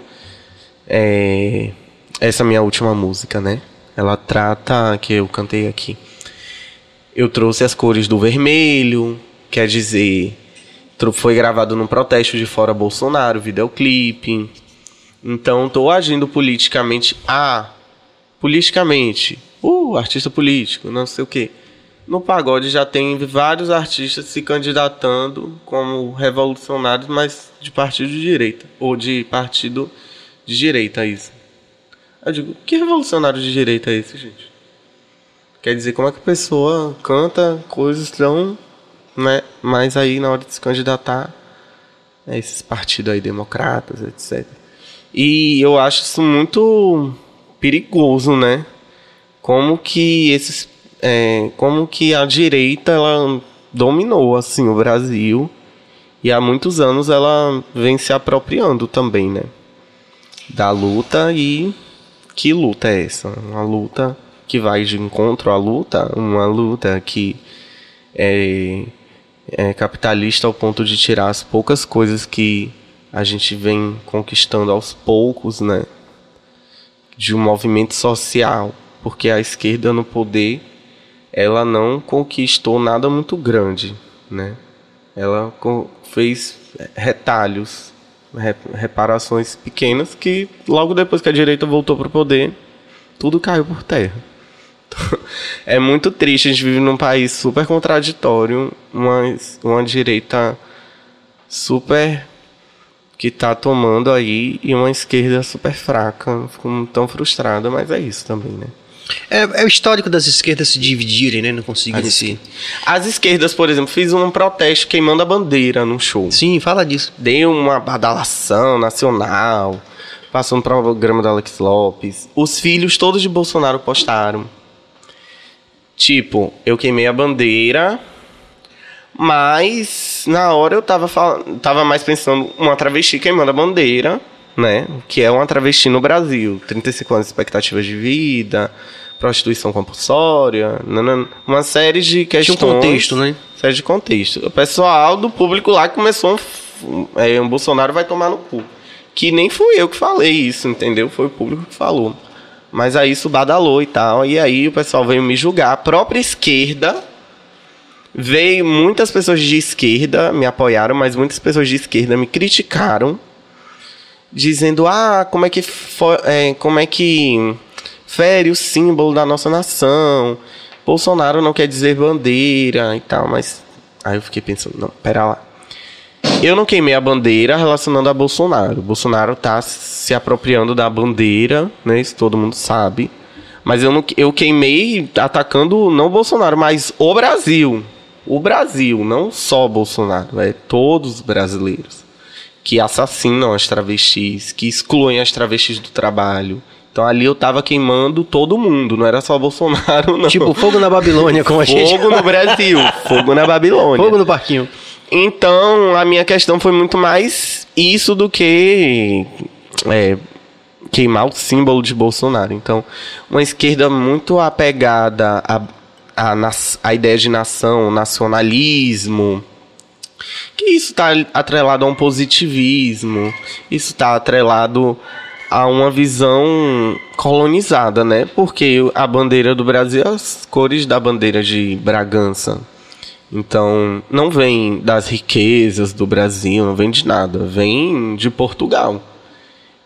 essa minha última música, né? Ela trata, que eu cantei aqui, eu trouxe as cores do vermelho, quer dizer, foi gravado num protesto de Fora Bolsonaro, videoclipe. Então, estou agindo politicamente. Politicamente. Artista político, não sei o quê. No pagode já tem vários artistas se candidatando como revolucionários, mas de partido de direita. Ou de partido de direita, isso. Eu digo, que revolucionário de direita é esse, gente? Quer dizer, como é que a pessoa canta coisas tão... né? Mas aí, na hora de se candidatar, esses partidos aí, democratas, etc. E eu acho isso muito perigoso, né? Como que a direita ela dominou assim o Brasil e há muitos anos ela vem se apropriando também, né, da luta. E que luta é essa? Uma luta que vai de encontro à luta, uma luta que é capitalista ao ponto de tirar as poucas coisas que a gente vem conquistando aos poucos, né, de um movimento social, porque a esquerda no poder ela não conquistou nada muito grande, né? Ela fez retalhos, reparações pequenas que logo depois que a direita voltou para o poder, tudo caiu por terra. É muito triste, a gente vive num país super contraditório, uma direita super que está tomando aí e uma esquerda super fraca. Fico tão frustrada, mas é isso também, né? É o histórico das esquerdas se dividirem, né? Não conseguirem se... As esquerdas, por exemplo, fiz um protesto queimando a bandeira num show. Sim, fala disso. Deu uma badalação nacional, passou no programa da Alex Lopes. Os filhos todos de Bolsonaro postaram. Tipo, eu queimei a bandeira, mas na hora eu tava mais pensando uma travesti queimando a bandeira, né? Que é uma travesti no Brasil. 35 anos de expectativa de vida, prostituição compulsória, uma série de questões. Tinha um contexto, né? Série de contexto. O pessoal do público lá começou um Bolsonaro vai tomar no cu. Que nem fui eu que falei isso, entendeu? Foi o público que falou. Mas aí isso badalou e tal. E aí o pessoal veio me julgar. A própria esquerda veio, muitas pessoas de esquerda me apoiaram, mas muitas pessoas de esquerda me criticaram, dizendo, como é que fere o símbolo da nossa nação, Bolsonaro não quer dizer bandeira e tal. Mas aí eu fiquei pensando, não, pera lá, eu não queimei a bandeira relacionando a Bolsonaro. Bolsonaro tá se apropriando da bandeira, né, isso todo mundo sabe. Mas eu queimei atacando não o Bolsonaro, mas o Brasil. O Brasil, não só Bolsonaro, todos os brasileiros que assassinam as travestis, que excluem as travestis do trabalho. Então ali eu tava queimando todo mundo, não era só Bolsonaro, não. Tipo, fogo na Babilônia, como a gente... Fogo no Brasil, fogo na Babilônia. Fogo no parquinho. Então, a minha questão foi muito mais isso do que queimar o símbolo de Bolsonaro. Então, uma esquerda muito apegada à ideia de nação, nacionalismo, que isso está atrelado a um positivismo, isso está atrelado a uma visão colonizada, né? Porque a bandeira do Brasil, as cores da bandeira de Bragança, então não vem das riquezas do Brasil, não vem de nada, vem de Portugal.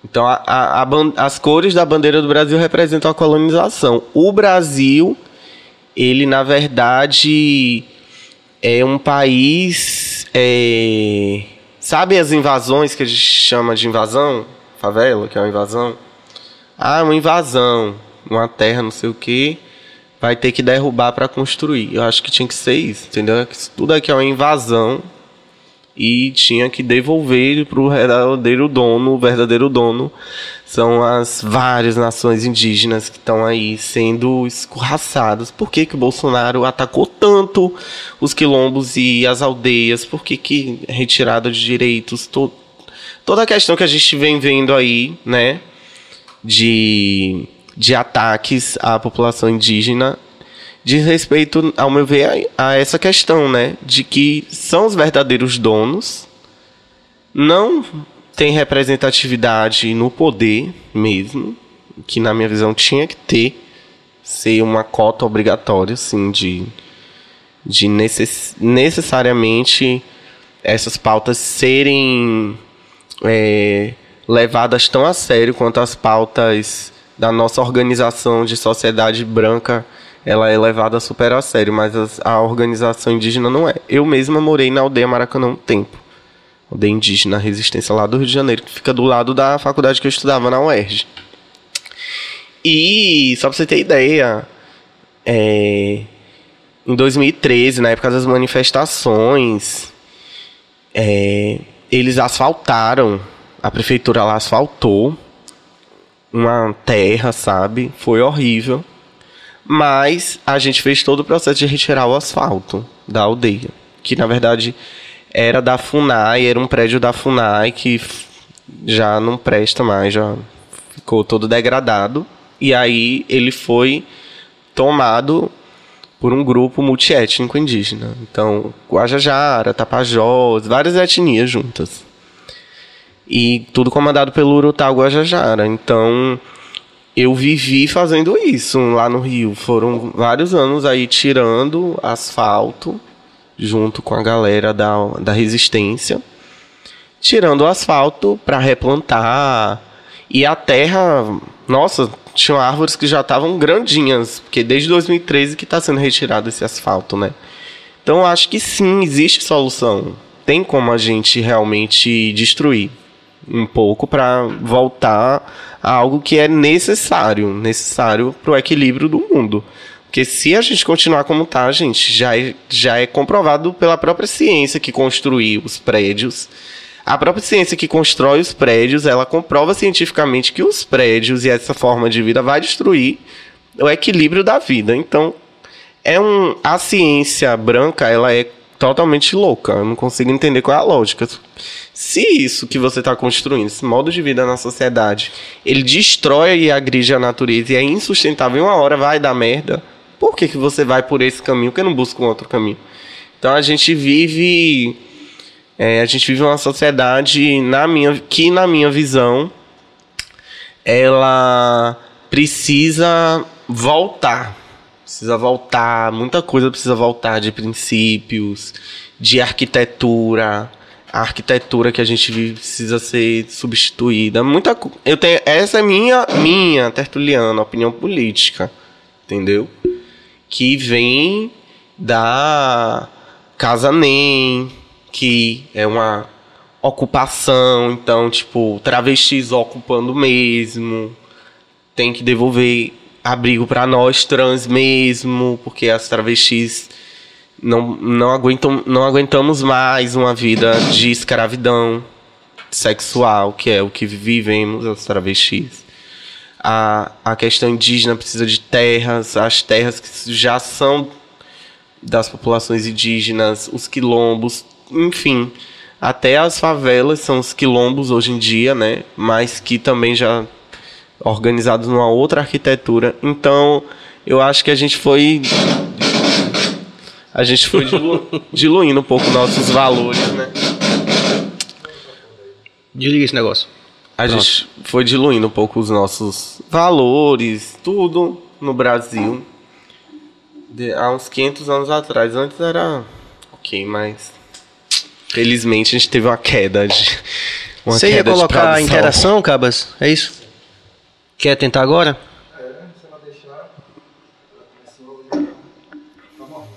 Então, as cores da bandeira do Brasil representam a colonização. O Brasil, ele, na verdade, é um país... sabe as invasões que a gente chama de invasão? Favela, que é uma invasão? Uma invasão. Uma terra, não sei o quê, vai ter que derrubar para construir. Eu acho que tinha que ser isso, entendeu? Tudo aqui é uma invasão e tinha que devolver para o verdadeiro dono. O verdadeiro dono são as várias nações indígenas que estão aí sendo escorraçadas. Por que o Bolsonaro atacou tanto os quilombos e as aldeias? Por que retirada de direitos? Toda a questão que a gente vem vendo aí, né, de ataques à população indígena diz respeito, ao meu ver, a essa questão, né, de que são os verdadeiros donos, não tem representatividade no poder mesmo, que na minha visão tinha que ser uma cota obrigatória, assim, de necessariamente essas pautas serem levadas tão a sério quanto as pautas da nossa organização de sociedade branca. Ela é levada super a sério, mas a organização indígena não é. Eu mesma morei na aldeia Maracanã um tempo. Aldeia indígena, Resistência, lá do Rio de Janeiro, que fica do lado da faculdade que eu estudava, na UERJ. E, só pra você ter ideia, em 2013, na época das manifestações, eles asfaltaram, a prefeitura lá asfaltou uma terra, sabe? Foi horrível. Mas a gente fez todo o processo de retirar o asfalto da aldeia, que na verdade era da FUNAI, era um prédio da FUNAI que já não presta mais, já ficou todo degradado. E aí ele foi tomado por um grupo multiétnico indígena. Então, Guajajara, Tapajós, várias etnias juntas. E tudo comandado pelo Urutá Guajajara. Então, eu vivi fazendo isso lá no Rio. Foram vários anos aí tirando asfalto, junto com a galera da Resistência. Tirando o asfalto para replantar. E a terra, nossa, tinham árvores que já estavam grandinhas, porque desde 2013 que está sendo retirado esse asfalto, né? Então, eu acho que sim, existe solução. Tem como a gente realmente destruir um pouco para voltar a algo que é necessário para o equilíbrio do mundo. Porque se a gente continuar como está, gente, já é comprovado pela própria ciência que construiu os prédios. A própria ciência que constrói os prédios, ela comprova cientificamente que os prédios e essa forma de vida vai destruir o equilíbrio da vida. Então, a ciência branca, ela é totalmente louca. Eu não consigo entender qual é a lógica. Se isso que você está construindo, esse modo de vida na sociedade, ele destrói e agride a natureza e é insustentável, uma hora vai dar merda, por que você vai por esse caminho? Por que não busca um outro caminho? Então a gente vive uma sociedade que, na minha visão, ela precisa voltar. Muita coisa precisa voltar, de princípios, de arquitetura. A arquitetura que a gente vive precisa ser substituída. Essa é minha tertuliana, opinião política, entendeu? Que vem da Casa NEM, que é uma ocupação, então, tipo, travestis ocupando mesmo, tem que devolver abrigo para nós trans mesmo, porque as travestis não aguentamos mais uma vida de escravidão sexual, que é o que vivemos as travestis. A questão indígena precisa de terras, as terras que já são das populações indígenas, os quilombos, enfim, até as favelas são os quilombos hoje em dia, né? Mas que também já organizados numa outra arquitetura. Então, eu acho que a gente foi diluindo um pouco nossos valores, né? Desliga esse negócio. A gente foi diluindo um pouco os nossos valores, tudo no Brasil. Há uns 500 anos atrás. Antes era ok, mas felizmente a gente teve uma queda Uma Você ia queda de colocar a produção. interação, Cabas? É isso? Quer tentar agora? Se ela deixar, ela tá morrendo.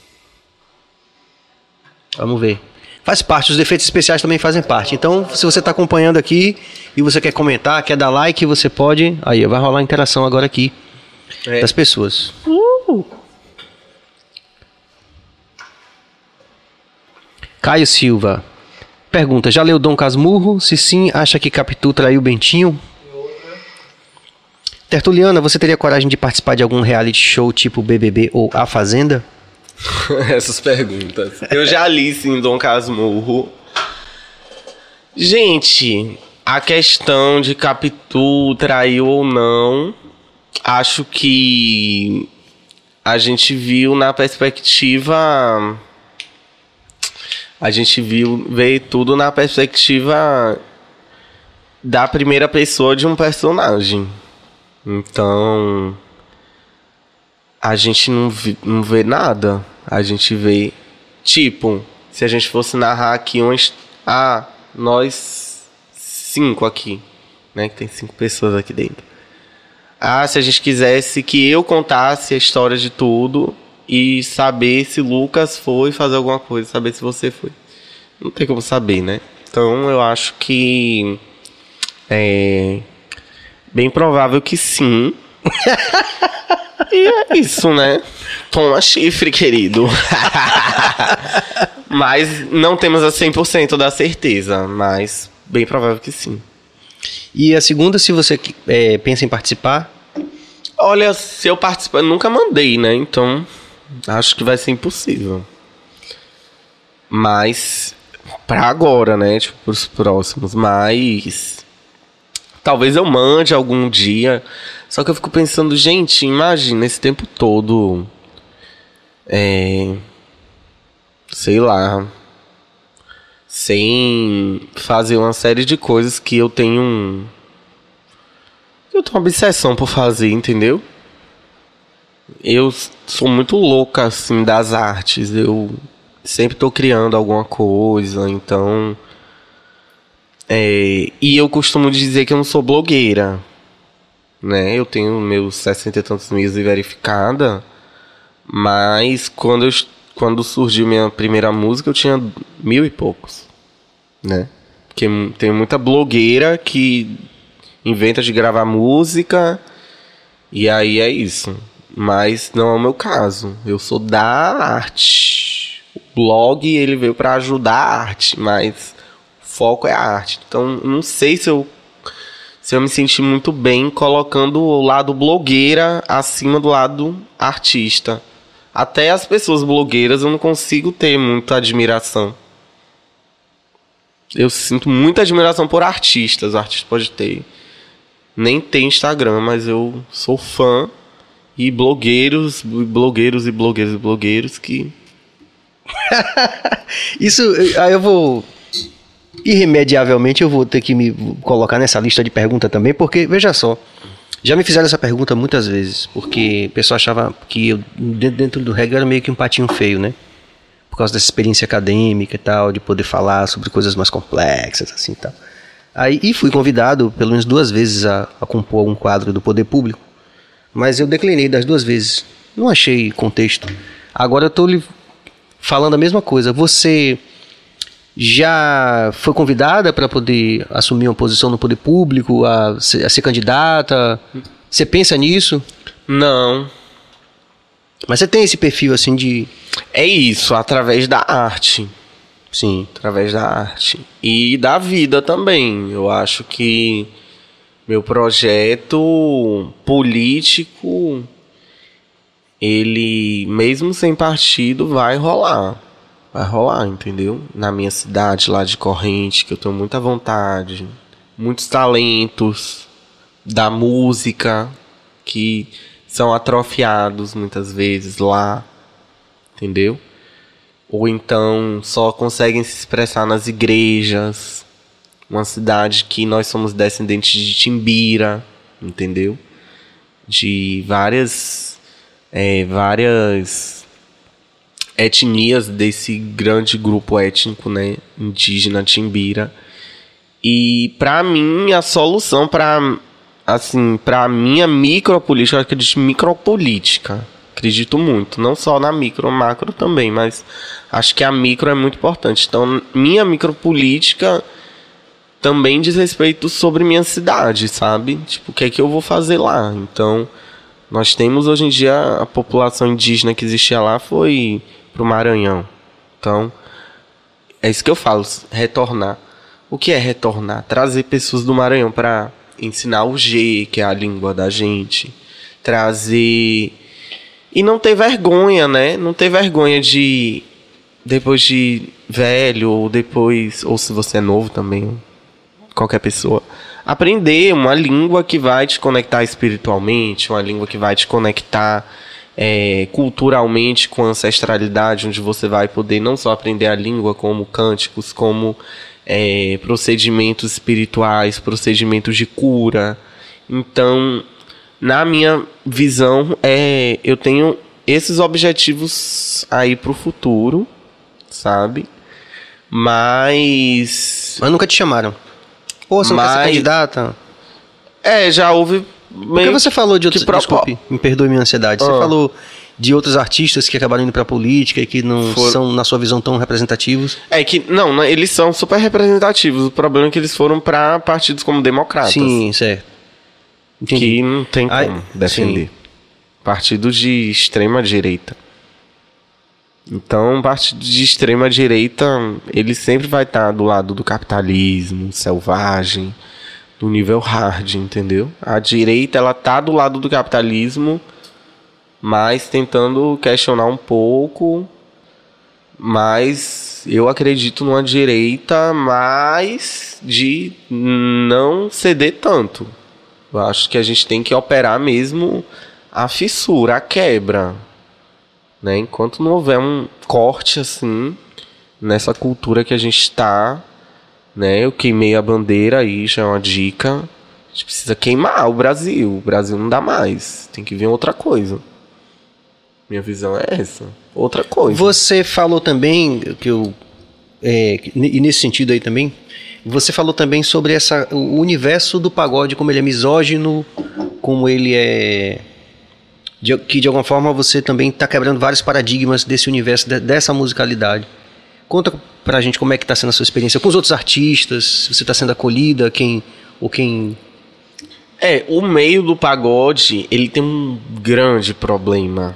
Vamos ver. Faz parte, os defeitos especiais também fazem parte. Então, se você está acompanhando aqui e você quer comentar, quer dar like, você pode... Aí, vai rolar a interação agora aqui das pessoas. Caio Silva pergunta, já leu Dom Casmurro? Se sim, acha que Capitu traiu Bentinho? Tertuliana, você teria coragem de participar de algum reality show tipo BBB ou A Fazenda? Essas perguntas. Eu já li, sim, Dom Casmurro. Gente, a questão de Capitu traiu ou não, acho que a gente viu na perspectiva... A gente vê tudo na perspectiva da primeira pessoa de um personagem. Então, a gente não vê nada. A gente vê, tipo, se a gente fosse narrar aqui nós 5 aqui, né? Que tem 5 pessoas aqui dentro. Se a gente quisesse que eu contasse a história de tudo e saber se Lucas foi fazer alguma coisa, saber se você foi. Não tem como saber, né? Então eu acho que é bem provável que sim. E é isso, né? Toma chifre, querido. Mas não temos a 100% da certeza, mas bem provável que sim. E a segunda, se você pensa em participar? Olha, se eu participar, eu nunca mandei, né? Então, acho que vai ser impossível. Mas, pra agora, né? Tipo, pros próximos. Mas, talvez eu mande algum dia. Só que eu fico pensando, gente, imagina esse tempo todo... sei lá... sem fazer uma série de coisas que eu tenho uma obsessão por fazer, entendeu? Eu sou muito louca, assim, das artes. Eu sempre tô criando alguma coisa, então... e eu costumo dizer que eu não sou blogueira, né? Eu tenho meus 60 e tantos mil de verificada, mas quando surgiu minha primeira música, eu tinha 1000 e poucos, né? Porque tem muita blogueira que inventa de gravar música e aí é isso. Mas não é o meu caso. Eu sou da arte. O blog, ele veio para ajudar a arte, mas o foco é a arte. Então, não sei se eu me senti muito bem colocando o lado blogueira acima do lado artista. Até as pessoas blogueiras eu não consigo ter muita admiração. Eu sinto muita admiração por artistas. O artista pode ter. Nem tem Instagram, mas eu sou fã. E blogueiros que... Isso, aí eu vou... Irremediavelmente eu vou ter que me colocar nessa lista de perguntas também, porque, veja só, já me fizeram essa pergunta muitas vezes, porque o pessoal achava que eu, dentro do reggae, eu era meio que um patinho feio, né? Por causa dessa experiência acadêmica e tal, de poder falar sobre coisas mais complexas, assim e tal. E fui convidado, pelo menos 2 vezes, a compor um quadro do Poder Público, mas eu declinei das 2 vezes. Não achei contexto. Agora eu estou lhe falando a mesma coisa. Você já foi convidada para poder assumir uma posição no Poder Público, a ser candidata? Você pensa nisso? Não. Mas você tem esse perfil assim de... É isso, através da arte. Sim. Através da arte. E da vida também. Eu acho que meu projeto político, ele, mesmo sem partido, vai rolar. Vai rolar, entendeu? Na minha cidade lá de Corrente, que eu tenho muita vontade. Muitos talentos da música que são atrofiados muitas vezes lá. Entendeu? Ou então só conseguem se expressar nas igrejas. Uma cidade que nós somos descendentes de Timbira, entendeu? De várias etnias desse grande grupo étnico, né, indígena Timbira. E pra mim, a solução pra minha micropolítica, eu acredito em micropolítica. Acredito muito, não só na micro, macro também, mas acho que a micro é muito importante. Então, minha micropolítica também diz respeito sobre minha cidade, sabe? Tipo, o que é que eu vou fazer lá? Então, nós temos hoje em dia a população indígena que existia lá foi pro Maranhão. Então, é isso que eu falo, retornar. O que é retornar? Trazer pessoas do Maranhão para ensinar o G, que é a língua da gente. Trazer... E não ter vergonha, né? Não ter vergonha de, depois de velho, ou se você é novo também, qualquer pessoa, aprender uma língua que vai te conectar espiritualmente, uma língua que vai te conectar culturalmente com a ancestralidade, onde você vai poder não só aprender a língua, como cânticos, como procedimentos espirituais, procedimentos de cura. Então, na minha visão, eu tenho esses objetivos aí pro futuro, sabe? Mas nunca te chamaram. Pô, você não quer ser candidata? Já houve... Por que você falou de outros... Desculpe, me perdoe minha ansiedade. Você falou de outros artistas que acabaram indo pra política e que não são, na sua visão, tão representativos. Não, eles são super representativos. O problema é que eles foram pra partidos como democratas. Sim, certo. Entendi. Que não tem como defender. Sim. Partidos de extrema direita. Então, partido de extrema direita, ele sempre vai estar do lado do capitalismo selvagem, do nível hard, entendeu? A direita, ela tá do lado do capitalismo, mas tentando questionar um pouco. Mas eu acredito numa direita mais de não ceder tanto. Eu acho que a gente tem que operar mesmo a fissura, a quebra, né? Enquanto não houver um corte assim nessa cultura que a gente está, né? Eu queimei a bandeira aí, já é uma dica. A gente precisa queimar o Brasil. O Brasil não dá mais. Tem que vir outra coisa. Minha visão é essa. Outra coisa. Você falou também e nesse sentido aí também, você falou também sobre o universo do pagode, como ele é misógino, como ele é... que de alguma forma você também está quebrando vários paradigmas desse universo, dessa musicalidade. Conta pra gente como é que está sendo a sua experiência com os outros artistas, se você está sendo acolhida, o meio do pagode, ele tem um grande problema,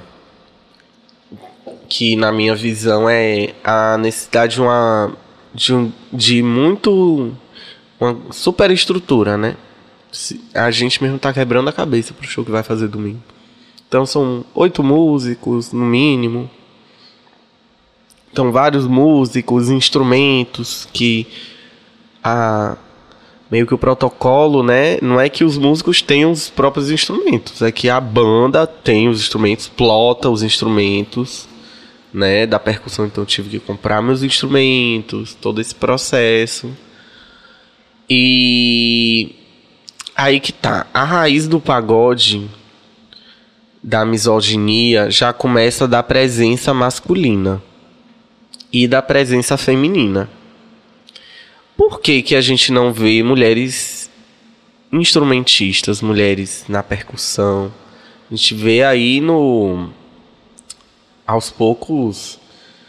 que na minha visão é a necessidade de uma superestrutura, né? A gente mesmo tá quebrando a cabeça pro show que vai fazer domingo. Então são 8 músicos, no mínimo. Então vários músicos, instrumentos que meio que o protocolo, né? Não é que os músicos tenham os próprios instrumentos, é que a banda tem os instrumentos, plota os instrumentos, né? Da percussão, então eu tive que comprar meus instrumentos, todo esse processo. E aí que tá, a raiz do pagode, da misoginia, já começa da presença masculina e da presença feminina. Por que que a gente não vê mulheres instrumentistas, mulheres na percussão? A gente vê aí aos poucos,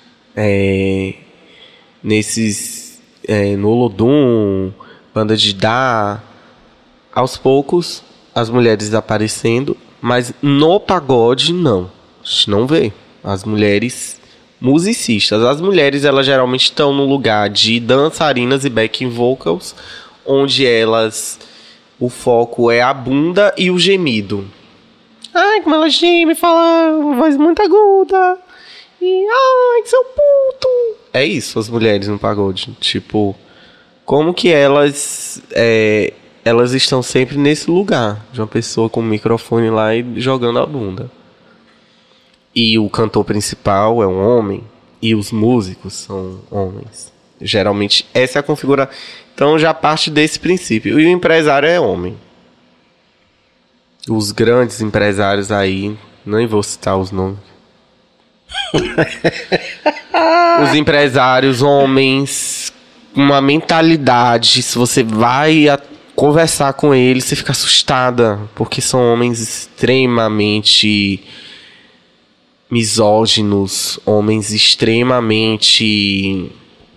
no Olodum, banda de Dá, aos poucos as mulheres aparecendo, mas no pagode não. A gente não vê as mulheres musicistas. As mulheres, elas geralmente estão no lugar de dançarinas e backing vocals, onde o foco é a bunda e o gemido. Ai, como ela geme, fala uma voz muito aguda. E ai, seu puto. É isso, as mulheres no pagode. Tipo, como que elas estão sempre nesse lugar de uma pessoa com o microfone lá e jogando a bunda. E o cantor principal é um homem e os músicos são homens. Geralmente essa é a configuração. Então já parte desse princípio. E o empresário é homem. Os grandes empresários aí, nem vou citar os nomes. Os empresários homens, uma mentalidade, se você vai conversar com eles, você fica assustada, porque são homens extremamente misóginos, homens extremamente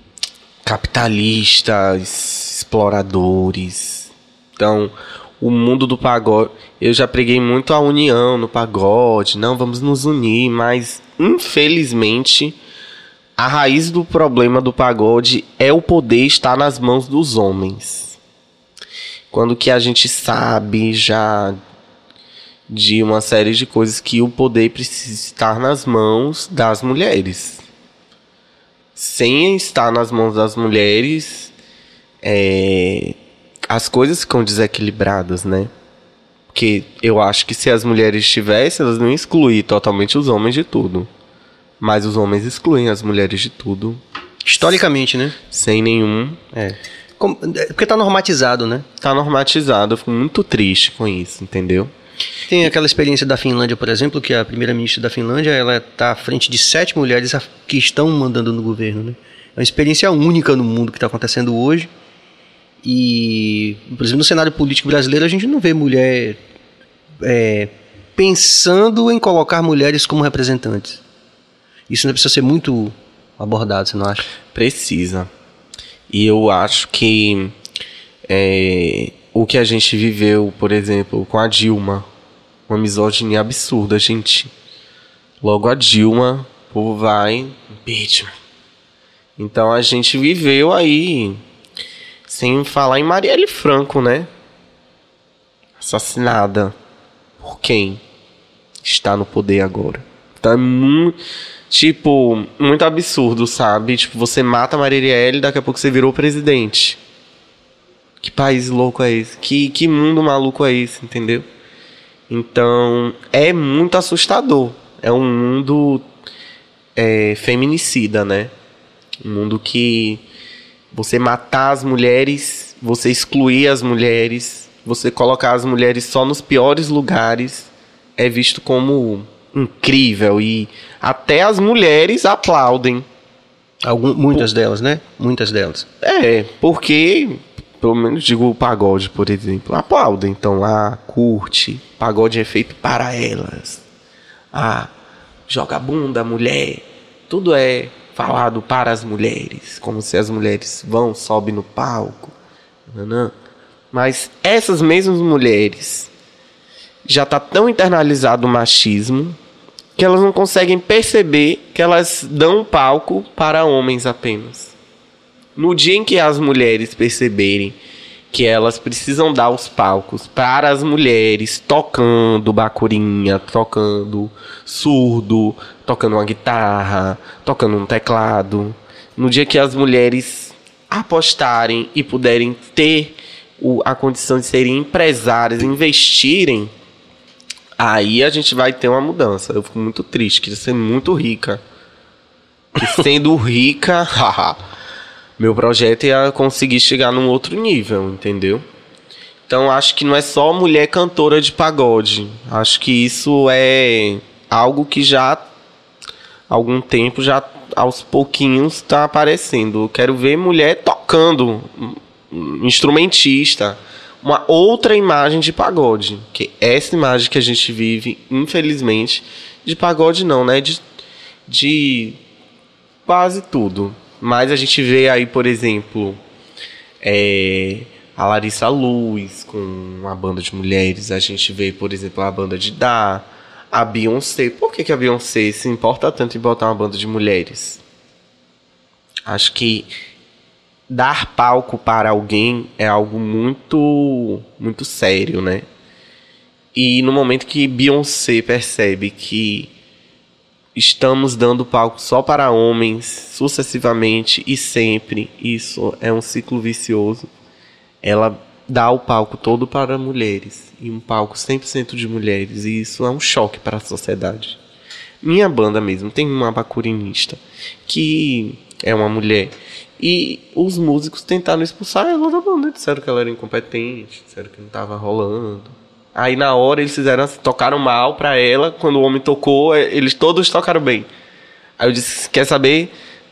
capitalistas, exploradores. Então, o mundo do pagode, eu já preguei muito a união no pagode, não, vamos nos unir, mas infelizmente a raiz do problema do pagode é o poder estar nas mãos dos homens. Quando que a gente sabe já de uma série de coisas que o poder precisa estar nas mãos das mulheres. Sem estar nas mãos das mulheres, as coisas ficam desequilibradas, né? Porque eu acho que se as mulheres estivessem, elas não iam excluir totalmente os homens de tudo. Mas os homens excluem as mulheres de tudo. Historicamente, né? Sem nenhum... Porque tá normatizado, né? Tá normatizado. Eu fico muito triste com isso, entendeu? Tem aquela experiência da Finlândia, por exemplo, que a primeira-ministra da Finlândia, ela está à frente de 7 mulheres que estão mandando no governo, né? É uma experiência única no mundo que está acontecendo hoje. E, por exemplo, no cenário político brasileiro, a gente não vê mulher pensando em colocar mulheres como representantes. Isso não precisa ser muito abordado, você não acha? Precisa. E eu acho que o que a gente viveu, por exemplo, com a Dilma, uma misoginia absurda, gente. Logo a Dilma, o povo vai, impeachment. Então a gente viveu aí, sem falar em Marielle Franco, né? Assassinada. Por quem está no poder agora? Então é muito absurdo, sabe? Tipo, você mata a Marielle e daqui a pouco você virou presidente. Que país louco é esse? Que mundo maluco é esse, entendeu? Então, é muito assustador. É um mundo feminicida, né? Um mundo que você matar as mulheres, você excluir as mulheres, você colocar as mulheres só nos piores lugares, é visto como incrível. E até as mulheres aplaudem. Muitas delas, né? Muitas delas. Porque... Pelo menos digo o pagode, por exemplo. Aplaudem, então lá, curte. Pagode é feito para elas. Joga bunda, mulher. Tudo é falado para as mulheres. Como se as mulheres sobem no palco. Mas essas mesmas mulheres já tá tão internalizado o machismo que elas não conseguem perceber que elas dão palco para homens apenas. No dia em que as mulheres perceberem que elas precisam dar os palcos para as mulheres tocando bacurinha, tocando surdo, tocando uma guitarra, tocando um teclado, no dia que as mulheres apostarem e puderem ter a condição de serem empresárias, investirem, aí a gente vai ter uma mudança. Eu fico muito triste, queria ser muito rica. E sendo rica... Meu projeto é conseguir chegar num outro nível, entendeu? Então, acho que não é só mulher cantora de pagode. Acho que isso é algo que já, há algum tempo, já aos pouquinhos está aparecendo. Eu quero ver mulher tocando, instrumentista. Uma outra imagem de pagode. Que essa imagem que a gente vive, infelizmente, de pagode não, né? De quase tudo. Mas a gente vê aí, por exemplo, a Larissa Luz com uma banda de mulheres. A gente vê, por exemplo, a banda de Dá, a Beyoncé. Por que a Beyoncé se importa tanto em botar uma banda de mulheres? Acho que dar palco para alguém é algo muito, muito sério, né? E no momento que Beyoncé percebe que estamos dando palco só para homens, sucessivamente e sempre, isso é um ciclo vicioso, ela dá o palco todo para mulheres, e um palco 100% de mulheres, e isso é um choque para a sociedade. Minha banda mesmo, tem uma bacurinista, que é uma mulher, e os músicos tentaram expulsar ela da banda, disseram que ela era incompetente, disseram que não estava rolando. Aí na hora eles tocaram mal pra ela. Quando o homem tocou, eles todos tocaram bem. Aí eu disse, quer saber?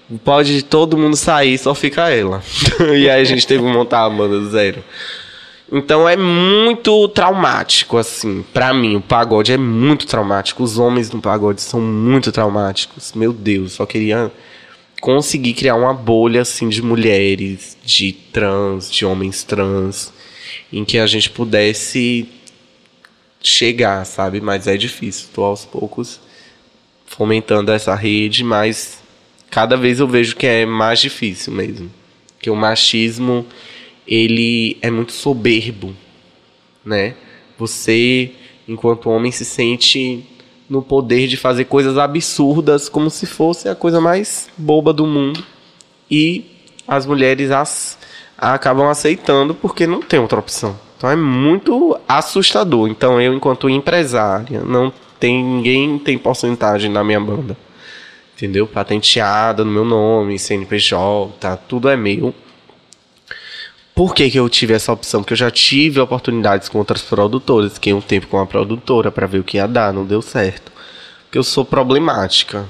Pode todo mundo sair, só fica ela. E aí a gente teve que montar a banda do zero. Então é muito traumático, assim. Pra mim, o pagode é muito traumático. Os homens no pagode são muito traumáticos. Meu Deus, só queria conseguir criar uma bolha, assim, de mulheres, de trans, de homens trans, em que a gente pudesse chegar, sabe? Mas é difícil. Tô aos poucos fomentando essa rede, mas cada vez eu vejo que é mais difícil mesmo. Que o machismo, ele é muito soberbo, né? Você, enquanto homem, se sente no poder de fazer coisas absurdas como se fosse a coisa mais boba do mundo. E as mulheres acabam aceitando porque não tem outra opção. Então é muito assustador. Então eu, enquanto empresária, ninguém tem porcentagem na minha banda. Entendeu? Patenteada no meu nome, CNPJ, tudo é meu. Por que eu tive essa opção? Porque eu já tive oportunidades com outras produtoras. Fiquei um tempo com uma produtora para ver o que ia dar, não deu certo. Porque eu sou problemática.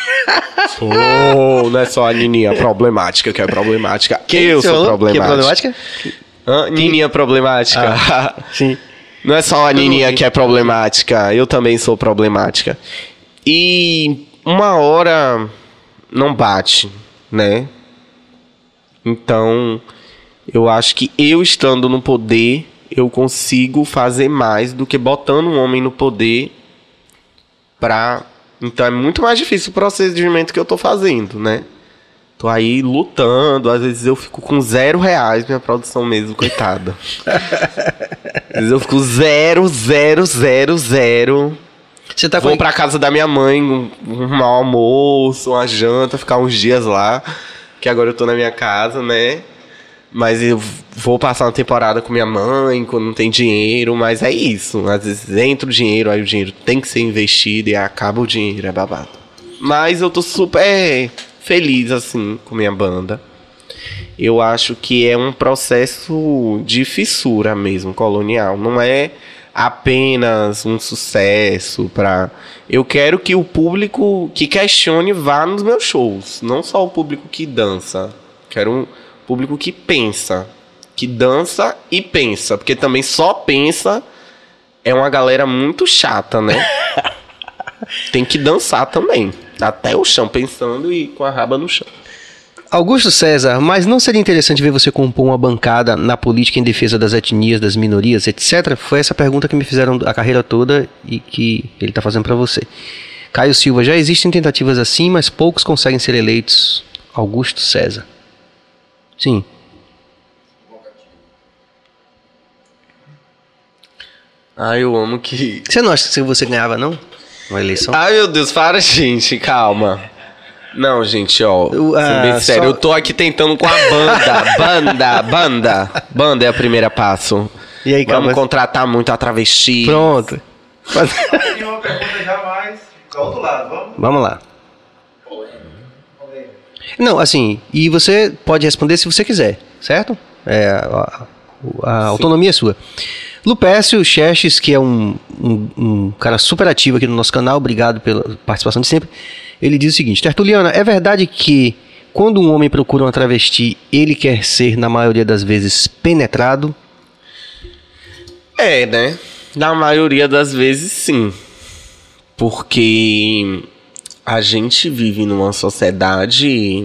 Não é só a Nininha problemática que é problemática. Eu sou problemática. Que é problemática? Nininha problemática. Sim. Não é só a Nininha que é problemática. Eu também sou problemática. E uma hora não bate, né? Então, eu acho que eu estando no poder, eu consigo fazer mais do que botando um homem no poder pra... Então é muito mais difícil o procedimento que eu tô fazendo, né? Tô aí lutando, às vezes eu fico com R$0, minha produção mesmo, coitada. Às vezes eu fico 0, 0, 0, 0. Você tá Vou pra casa da minha mãe, um almoço, uma janta, ficar uns dias lá, que agora eu tô na minha casa, né? Mas eu vou passar uma temporada com minha mãe, quando não tem dinheiro, mas é isso. Às vezes entra o dinheiro, aí o dinheiro tem que ser investido e acaba o dinheiro, é babado. Mas eu tô super feliz, assim, com minha banda. Eu acho que é um processo de fissura mesmo, colonial. Não é apenas um sucesso pra... Eu quero que o público que questione vá nos meus shows. Não só o público que dança. Quero um público que pensa, que dança e pensa, porque também só pensa é uma galera muito chata, né? Tem que dançar também, até o chão, pensando e com a raba no chão. Augusto César, mas não seria interessante ver você compor uma bancada na política em defesa das etnias, das minorias, etc? Foi essa pergunta que me fizeram a carreira toda e que ele está fazendo para você. Caio Silva, já existem tentativas assim, mas poucos conseguem ser eleitos. Augusto César. Sim. Eu amo que... Você não acha que você ganhava, não? Uma eleição? Ai, meu Deus, para, gente, calma. Não, gente, ó, sendo bem sério, eu tô aqui tentando com a banda. Banda é o primeiro passo. E aí, vamos contratar muito a travesti. Pronto. Tem uma pergunta já mais do outro lado, Vamos lá. Não, assim, e você pode responder se você quiser, certo? A autonomia é sua. Lupécio Xerxes, que é um cara super ativo aqui no nosso canal, obrigado pela participação de sempre. Ele diz o seguinte: Tertuliana, é verdade que quando um homem procura uma travesti, ele quer ser, na maioria das vezes, penetrado? É, né? Na maioria das vezes, sim. Porque a gente vive numa sociedade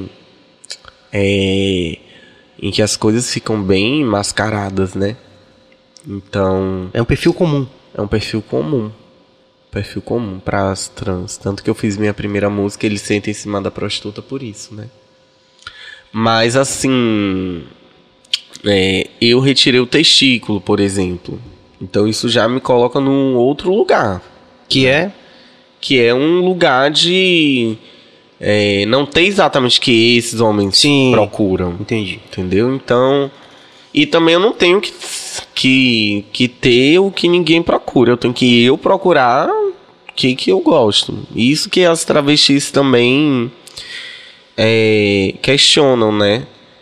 em que as coisas ficam bem mascaradas, né? Então... É um perfil comum. É um perfil comum. Perfil comum para as trans. Tanto que eu fiz minha primeira música, ele senta em cima da prostituta por isso, né? Mas, assim... eu retirei o testículo, por exemplo. Então isso já me coloca num outro lugar. Que é? Que é um lugar de... não tem exatamente o que esses homens procuram. Entendi. Entendeu? Então... E também eu não tenho que ter o que ninguém procura. Eu tenho que eu procurar o que eu gosto. Isso que as travestis também questionam, né?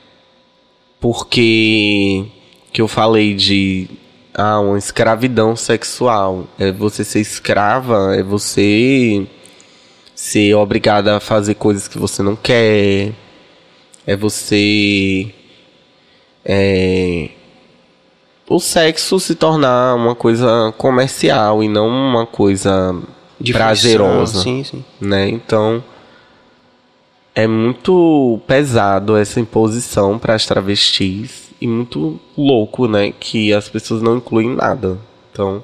Porque que eu falei de uma escravidão sexual. É você ser escrava, é você ser obrigada a fazer coisas que você não quer. é você... o sexo se tornar uma coisa comercial e não uma coisa De prazerosa. ficção, sim. Né? Então, é muito pesado essa imposição para as travestis e muito louco, né? Que as pessoas não incluem nada. Então,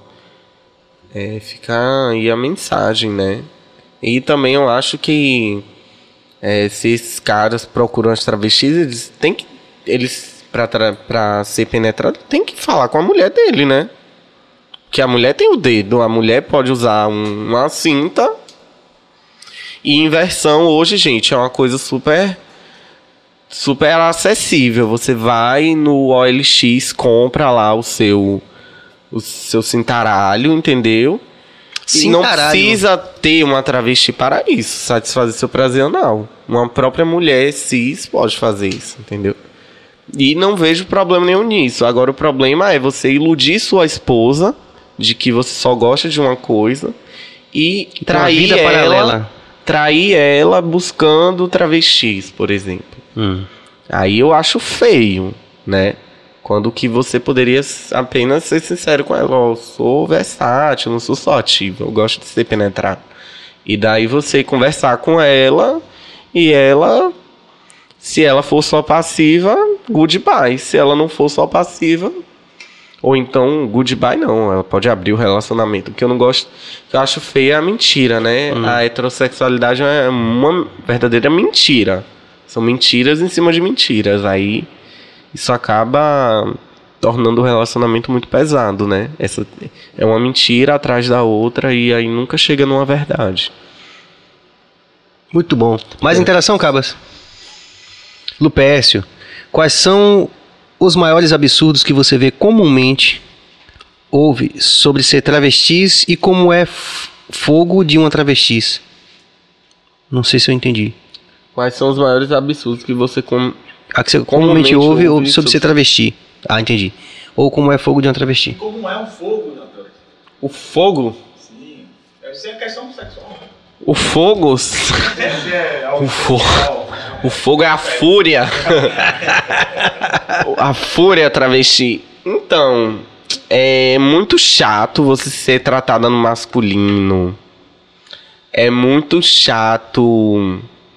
fica aí a mensagem, né? E também eu acho que se esses caras procuram as travestis, eles pra ser penetrado, tem que falar com a mulher dele, né? Que a mulher tem o dedo, a mulher pode usar uma cinta. E inversão hoje, gente, é uma coisa super acessível. Você vai no OLX, compra lá o seu cintaralho, entendeu? E não precisa ter uma travesti para isso, satisfazer seu prazer anal. Uma própria mulher cis pode fazer isso, entendeu? E não vejo problema nenhum nisso. Agora o problema é você iludir sua esposa de que você só gosta de uma coisa e trair ela buscando travestis, por exemplo. Aí eu acho feio, né? Quando que você poderia apenas ser sincero com ela. Eu sou versátil, não sou só ativo, eu gosto de ser penetrado. E daí você conversar com ela e ela... Se ela for só passiva, goodbye. Se ela não for só passiva, ou então goodbye não, ela pode abrir o relacionamento. O que eu não gosto, que eu acho feio é a mentira, né? A heterossexualidade é uma verdadeira mentira. São mentiras em cima de mentiras. Aí isso acaba tornando o relacionamento muito pesado, né? Essa é uma mentira atrás da outra e aí nunca chega numa verdade. Muito bom. Mais interação, Cabas? Lupécio, quais são os maiores absurdos que você vê comumente ouve sobre ser travestis e como é fogo de uma travestis? Não sei se eu entendi. Quais são os maiores absurdos que você que você comumente ouve sobre ser travesti? Ah, entendi. Ou como é fogo de uma travesti? Como é um fogo, doutor? O fogo? Sim. Deve ser a questão sexual. O fogo? O fogo é a fúria. A fúria travesti. Então, é muito chato você ser tratada no masculino. É muito chato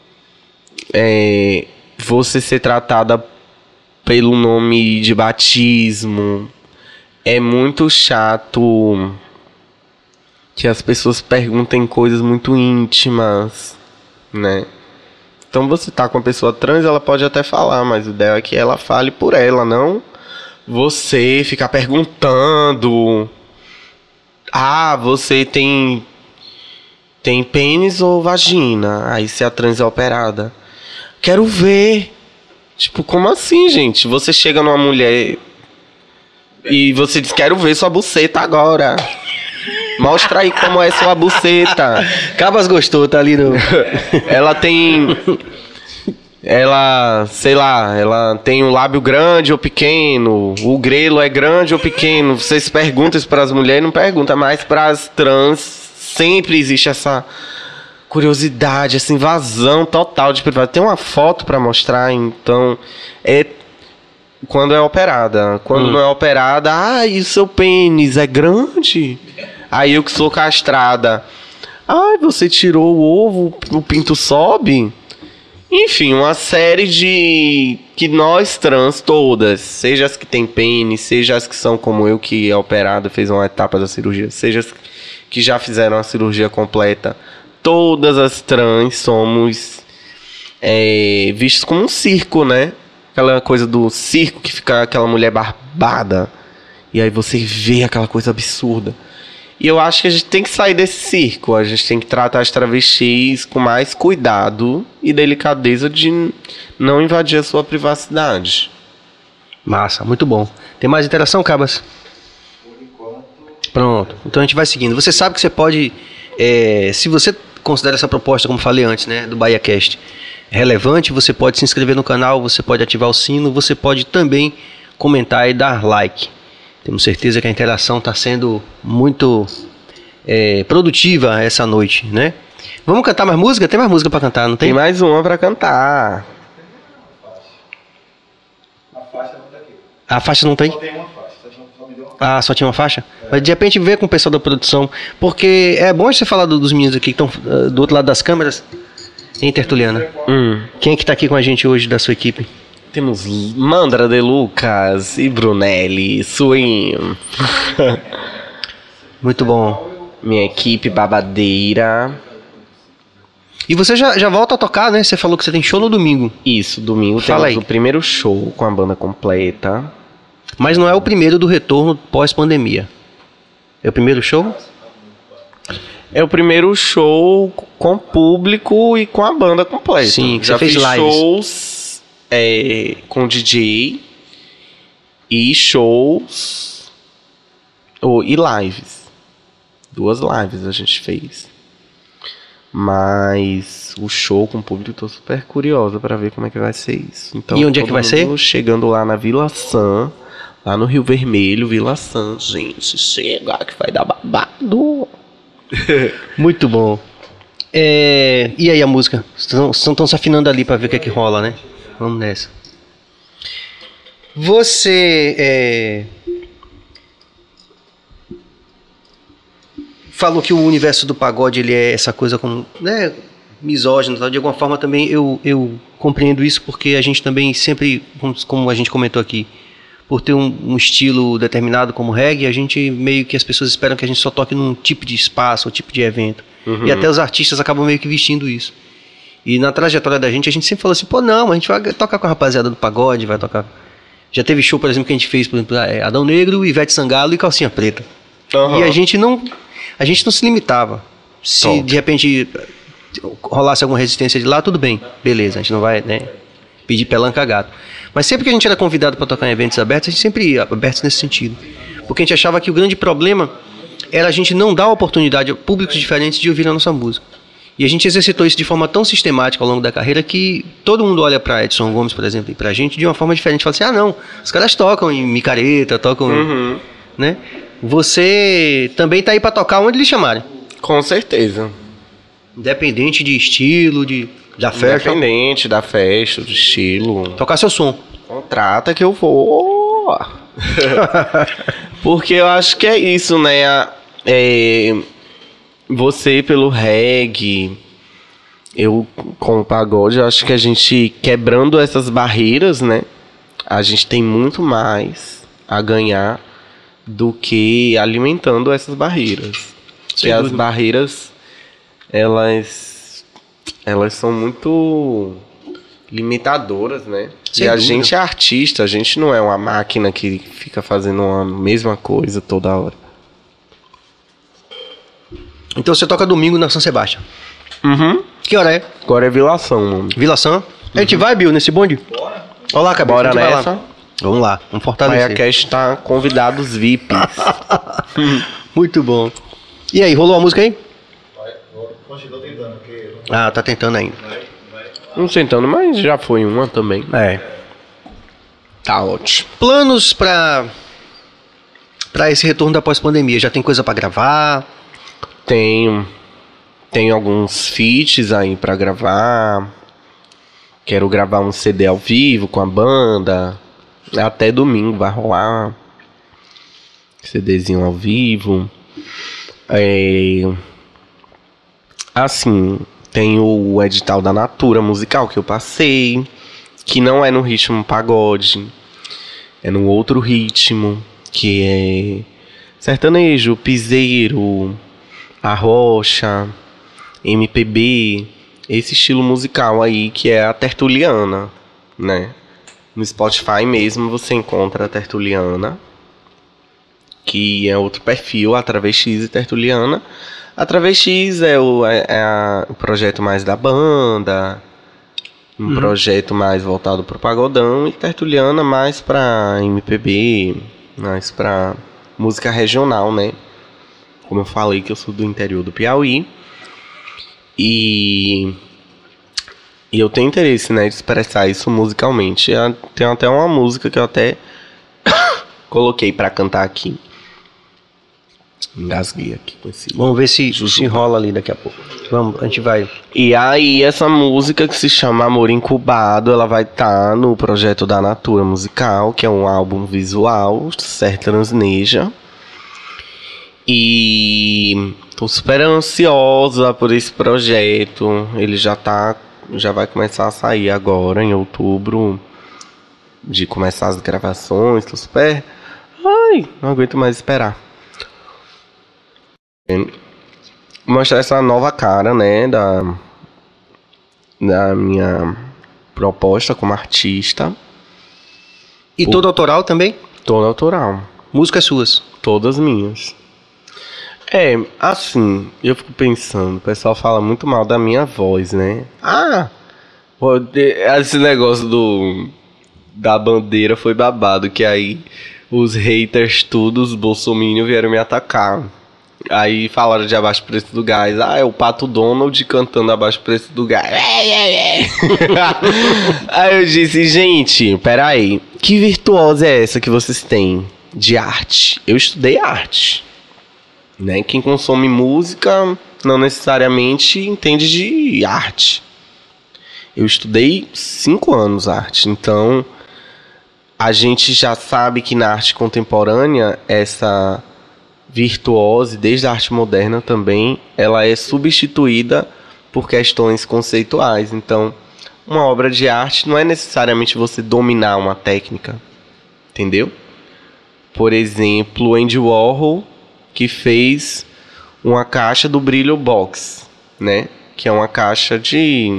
você ser tratada pelo nome de batismo. É muito chato que as pessoas perguntem coisas muito íntimas, né? Então você tá com uma pessoa trans, ela pode até falar, mas o ideal é que ela fale por ela, não você ficar perguntando. Ah, você tem pênis ou vagina? Aí se a trans é operada. Quero ver. Tipo, como assim, gente? Você chega numa mulher e você diz, quero ver sua buceta agora. Mostra aí como é sua buceta. Cabas gostou, tá ali no... sei lá, ela tem um lábio grande ou pequeno, o grelo é grande ou pequeno. Vocês perguntam isso para as mulheres, não perguntam, mas para as trans sempre existe essa curiosidade, essa invasão total de privacidade. Tem uma foto para mostrar, então quando é operada. Quando não é operada, e o seu pênis é grande? Aí eu que sou castrada, você tirou o ovo, o pinto sobe? Enfim, uma série de... que nós trans todas, seja as que têm pênis, seja as que são como eu, que é operada, fez uma etapa da cirurgia, seja as que já fizeram a cirurgia completa, todas as trans somos vistas como um circo, né? Aquela coisa do circo que fica aquela mulher barbada, e aí você vê aquela coisa absurda. E eu acho que a gente tem que sair desse circo. A gente tem que tratar as travestis com mais cuidado e delicadeza de não invadir a sua privacidade. Massa, muito bom. Tem mais interação, Cabas? Por enquanto. Pronto, então a gente vai seguindo. Você sabe que você pode... se você considera essa proposta, como falei antes, né, do BahiaCast, relevante, você pode se inscrever no canal, você pode ativar o sino, você pode também comentar e dar like. Temos certeza que a interação está sendo muito produtiva essa noite, né? Vamos cantar mais música? Tem mais música para cantar, não tem? Tem mais uma para cantar. A faixa não tem? Só tem uma faixa, só me deu uma Ah, só tinha uma faixa? Mas de repente vê com o pessoal da produção. Porque é bom você falar dos meninos aqui que estão do outro lado das câmeras. Hein, Tertuliana? Quem é que tá aqui com a gente hoje da sua equipe? Temos Mandra de Lucas e Brunelli, Swing. Muito bom. Minha equipe babadeira. E você já volta a tocar, né? Você falou que você tem show no domingo. Isso, domingo Fala temos aí. o primeiro show com a banda completa. Mas não é o primeiro do retorno pós-pandemia. É o primeiro show? É o primeiro show com público e com a banda completa. Sim, que já você fez fiz lives. shows com DJ e shows e lives. 2 lives a gente fez. Mas o show com o público, eu tô super curiosa pra ver como é que vai ser isso. Então, E onde é que todo vai ser? mundo chegando lá na Vila Sam, lá no Rio Vermelho, Vila Sam. Gente, chega que vai dar babado. Muito bom. E aí a música? Estão se afinando ali pra ver o que é que rola, né? Vamos nessa. Você falou que o universo do pagode ele é essa coisa como, né, misógino, tal. De alguma forma também eu compreendo isso porque a gente também sempre, como a gente comentou aqui, por ter um estilo determinado como reggae, a gente meio que as pessoas esperam que a gente só toque num tipo de espaço, um tipo de evento. E até os artistas acabam meio que vestindo isso. E na trajetória da gente sempre falou assim, pô, não, a gente vai tocar com a rapaziada do pagode, vai tocar... Já teve show, por exemplo, que a gente fez, por exemplo, Adão Negro, Ivete Sangalo e Calcinha Preta. Uhum. E a gente não se limitava. Se de repente rolasse alguma resistência de lá, tudo bem, beleza, a gente não vai, né, pedir pelanca a gato. Mas sempre que a gente era convidado para tocar em eventos abertos, a gente sempre ia abertos nesse sentido. Porque a gente achava que o grande problema era a gente não dar oportunidade a públicos diferentes de ouvir a nossa música. E a gente exercitou isso de forma tão sistemática ao longo da carreira que todo mundo olha para Edson Gomes, por exemplo, e pra gente de uma forma diferente. Fala assim, ah não, os caras tocam em micareta, tocam... Né? Você também tá aí para tocar onde eles chamarem. Com certeza. Independente de estilo, da festa. Independente da festa, do estilo. Tocar seu som. Contrata que eu vou. Porque eu acho que é isso, né? Você pelo reggae, eu com o pagode, eu acho que a gente quebrando essas barreiras, né? A gente tem muito mais a ganhar do que alimentando essas barreiras. Porque as barreiras, elas são muito limitadoras, né? Sem e a dúvida. gente é artista, a gente não é uma máquina que fica fazendo a mesma coisa toda hora. Então você toca domingo na São Sebastião. Que hora é? Agora é violação, mano. Vila Sã? A gente vai, Bill, nesse bonde? Bora. Olá, cabeça. Bora a gente vai nessa. lá. Vamos lá, vamos Aí fortalecer. a Cash tá convidados VIPs. Muito bom. E aí, rolou a música aí? Continua tentando, porque... Ah, tá tentando ainda. Não sentando, mas já foi uma também. É. Tá ótimo. Planos pra esse retorno da pós-pandemia? Já tem coisa pra gravar? Tenho alguns feats aí pra gravar. Quero gravar um CD ao vivo com a banda. Até domingo vai rolar. CDzinho ao vivo. Assim, tem o edital da Natura musical que eu passei. Que não é no ritmo pagode. É num outro ritmo. Que é sertanejo, piseiro, arrocha, MPB, esse estilo musical aí que é a Tertuliana, né? No Spotify mesmo você encontra a Tertuliana, que é outro perfil, a Travestis e Tertuliana. A Travestis é o projeto mais da banda, um projeto mais voltado pro pagodão, e Tertuliana mais pra MPB, mais pra música regional, né? Como eu falei que eu sou do interior do Piauí. E eu tenho interesse, né, de expressar isso musicalmente. Tem até uma música que eu até coloquei pra cantar aqui. Engasguei aqui com esse... Vamos ver se enrola ali daqui a pouco. Vamos, a gente vai. E aí, essa música que se chama Amor Incubado, ela vai estar no projeto da Natura Musical, que é um álbum visual, Sertaneja. E tô super ansiosa por esse projeto. Ele já vai começar a sair agora, em outubro, de começar as gravações. Tô super... Ai, não aguento mais esperar. Mostrar essa nova cara, né, da minha proposta como artista. E todo autoral também? Todo autoral. Músicas suas? Todas minhas. Assim, eu fico pensando, o pessoal fala muito mal da minha voz, né? Esse negócio da bandeira foi babado, que aí os haters todos, os bolsominions, vieram me atacar. Aí falaram de Abaixo o Preço do Gás. É o Pato Donald cantando Abaixo o Preço do Gás. Aí eu disse, gente, peraí, que virtuosa é essa que vocês têm de arte? Eu estudei arte, né? Quem consome música não necessariamente entende de arte. Eu estudei 5 anos arte, então a gente já sabe que na arte contemporânea essa virtuose, desde a arte moderna também, ela é substituída por questões conceituais. Então, uma obra de arte não é necessariamente você dominar uma técnica, entendeu? Por exemplo, Andy Warhol, que fez uma caixa do Brilho Box, né? Que é uma caixa de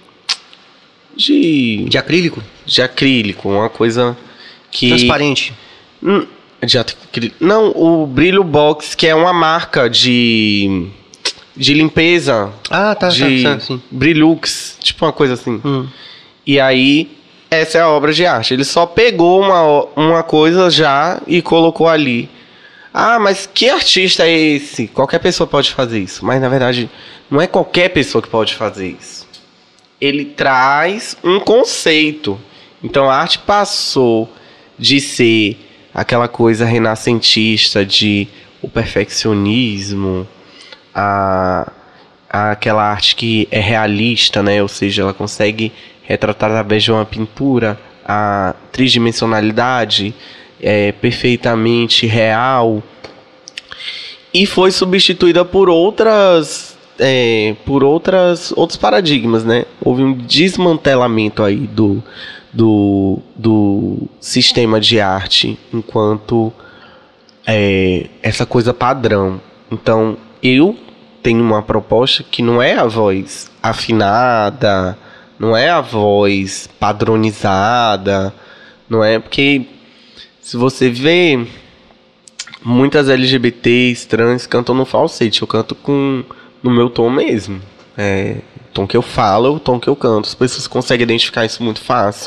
acrílico? De acrílico, uma coisa que... Transparente. Não, o Brilho Box, que é uma marca de limpeza. Tá, sim. Brilux, tipo uma coisa assim. E aí, essa é a obra de arte. Ele só pegou uma coisa já e colocou ali. Mas que artista é esse? Qualquer pessoa pode fazer isso. Mas, na verdade, não é qualquer pessoa que pode fazer isso. Ele traz um conceito. Então, a arte passou de ser aquela coisa renascentista de o perfeccionismo, aquela arte que é realista, né? Ou seja, ela consegue retratar através de uma pintura a tridimensionalidade, perfeitamente real, e foi substituída por outros paradigmas, né? Houve um desmantelamento aí do sistema de arte enquanto essa coisa padrão. Então, eu tenho uma proposta que não é a voz afinada, não é a voz padronizada, não é porque se você vê muitas LGBTs, trans cantam no falsete, eu canto no meu tom mesmo. O tom que eu falo, o tom que eu canto. As pessoas conseguem identificar isso muito fácil.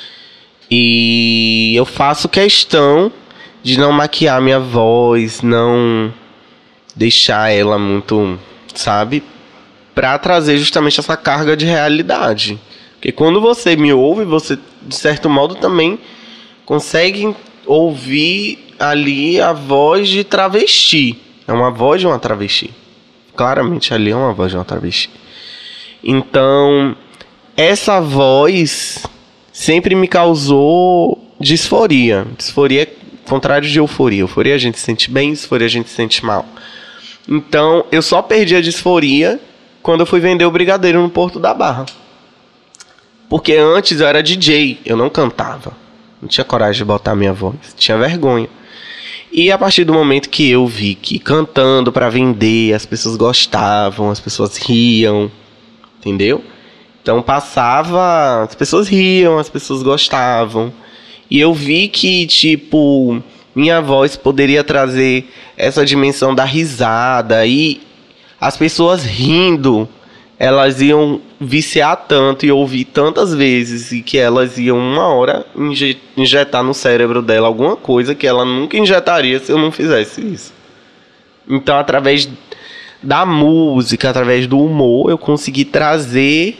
E eu faço questão de não maquiar minha voz, não deixar ela muito, sabe? Pra trazer justamente essa carga de realidade. Porque quando você me ouve, você, de certo modo, também consegue ouvir ali a voz de travesti. É uma voz de uma travesti. Claramente ali é uma voz de uma travesti. Então, essa voz sempre me causou disforia. Disforia é contrário de euforia. Euforia a gente se sente bem, disforia a gente se sente mal. Então, eu só perdi a disforia quando eu fui vender o brigadeiro no Porto da Barra. Porque antes eu era DJ, eu não cantava. Não tinha coragem de botar a minha voz, tinha vergonha. E a partir do momento que eu vi que cantando para vender, as pessoas gostavam, as pessoas riam, entendeu? Então passava, as pessoas riam, as pessoas gostavam. E eu vi que, tipo, minha voz poderia trazer essa dimensão da risada. E as pessoas rindo, elas iam viciar tanto e ouvir tantas vezes, e que elas iam uma hora injetar no cérebro dela alguma coisa que ela nunca injetaria se eu não fizesse isso. Então, através da música, através do humor, eu consegui trazer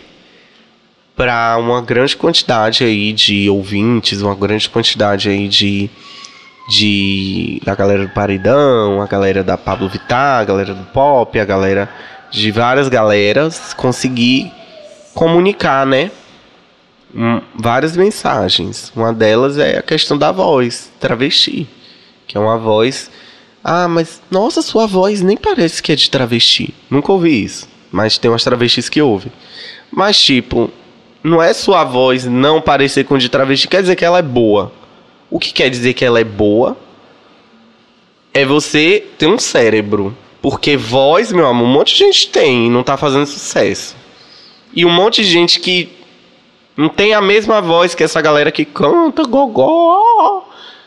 para uma grande quantidade aí de ouvintes, uma grande quantidade aí de da galera do Paredão, a galera da Pablo Vittar, a galera do Pop, a galera de várias galeras, conseguir comunicar, né? Várias mensagens. Uma delas é a questão da voz travesti, que é uma voz... Ah, mas, nossa, sua voz nem parece que é de travesti. Nunca ouvi isso, mas tem umas travestis que ouvem. Mas, tipo, não é sua voz não parecer com de travesti, quer dizer que ela é boa. O que quer dizer que ela é boa é você ter um cérebro. Porque voz, meu amor, um monte de gente tem e não tá fazendo sucesso. E um monte de gente que não tem a mesma voz que essa galera que canta gogó.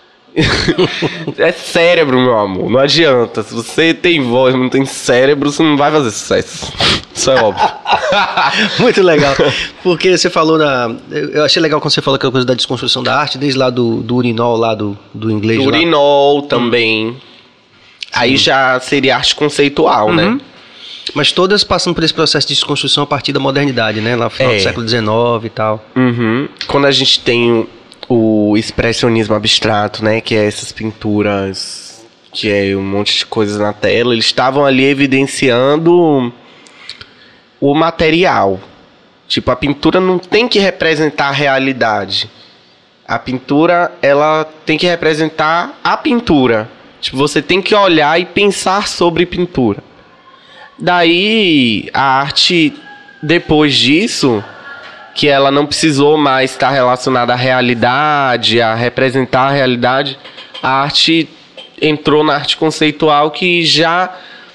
É cérebro, meu amor. Não adianta. Se você tem voz, não tem cérebro, você não vai fazer sucesso. Isso é óbvio. Muito legal. Porque você falou eu achei legal quando você falou aquela coisa da desconstrução da arte, desde lá do urinol, lá do inglês. Do urinol também. Aí já seria arte conceitual, né? Mas todas passam por esse processo de desconstrução a partir da modernidade, né? Lá no final do século XIX e tal. Quando a gente tem o expressionismo abstrato, né? Que é essas pinturas, que é um monte de coisas na tela. Eles estavam ali evidenciando o material. Tipo, a pintura não tem que representar a realidade. A pintura, ela tem que representar a pintura. Tipo, você tem que olhar e pensar sobre pintura. Daí, a arte, depois disso, que ela não precisou mais estar relacionada à realidade, a representar a realidade, a arte entrou na arte conceitual, que já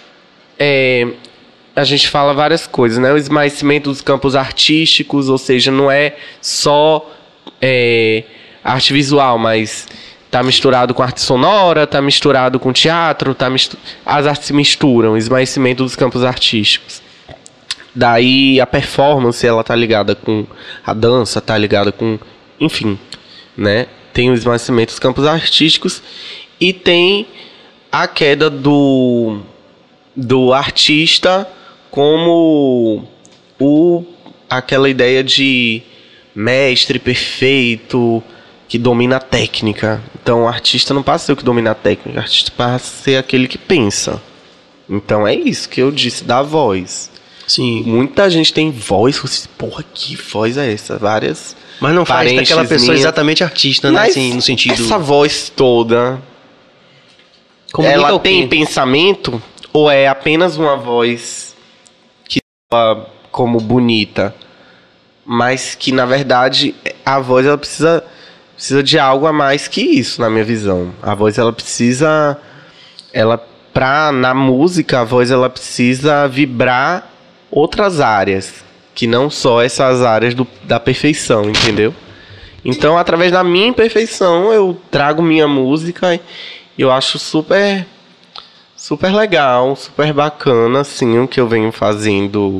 a gente fala várias coisas, né? O esmaecimento dos campos artísticos, ou seja, não é só arte visual, mas tá misturado com arte sonora, tá misturado com teatro, as artes se misturam, esmaecimento dos campos artísticos. Daí a performance, ela tá ligada com a dança, tá ligada com... Enfim, né? Tem o esmaecimento dos campos artísticos e tem a queda do artista como aquela ideia de mestre perfeito que domina a técnica. Então o artista não passa a ser o que domina a técnica, o artista passa a ser aquele que pensa. Então é isso que eu disse da voz. Sim. Muita gente tem voz, você, porra, que voz é essa? Várias. Mas não faz daquela pessoa exatamente artista, né? Assim, no sentido. Essa voz toda. Ela tem pensamento ou é apenas uma voz que soa como bonita, mas que na verdade a voz ela precisa de algo a mais que isso, na minha visão. A voz ela precisa, na música a voz ela precisa vibrar outras áreas, que não só essas áreas da perfeição, entendeu? Então, através da minha imperfeição, eu trago minha música e eu acho super legal, super bacana, assim, o que eu venho fazendo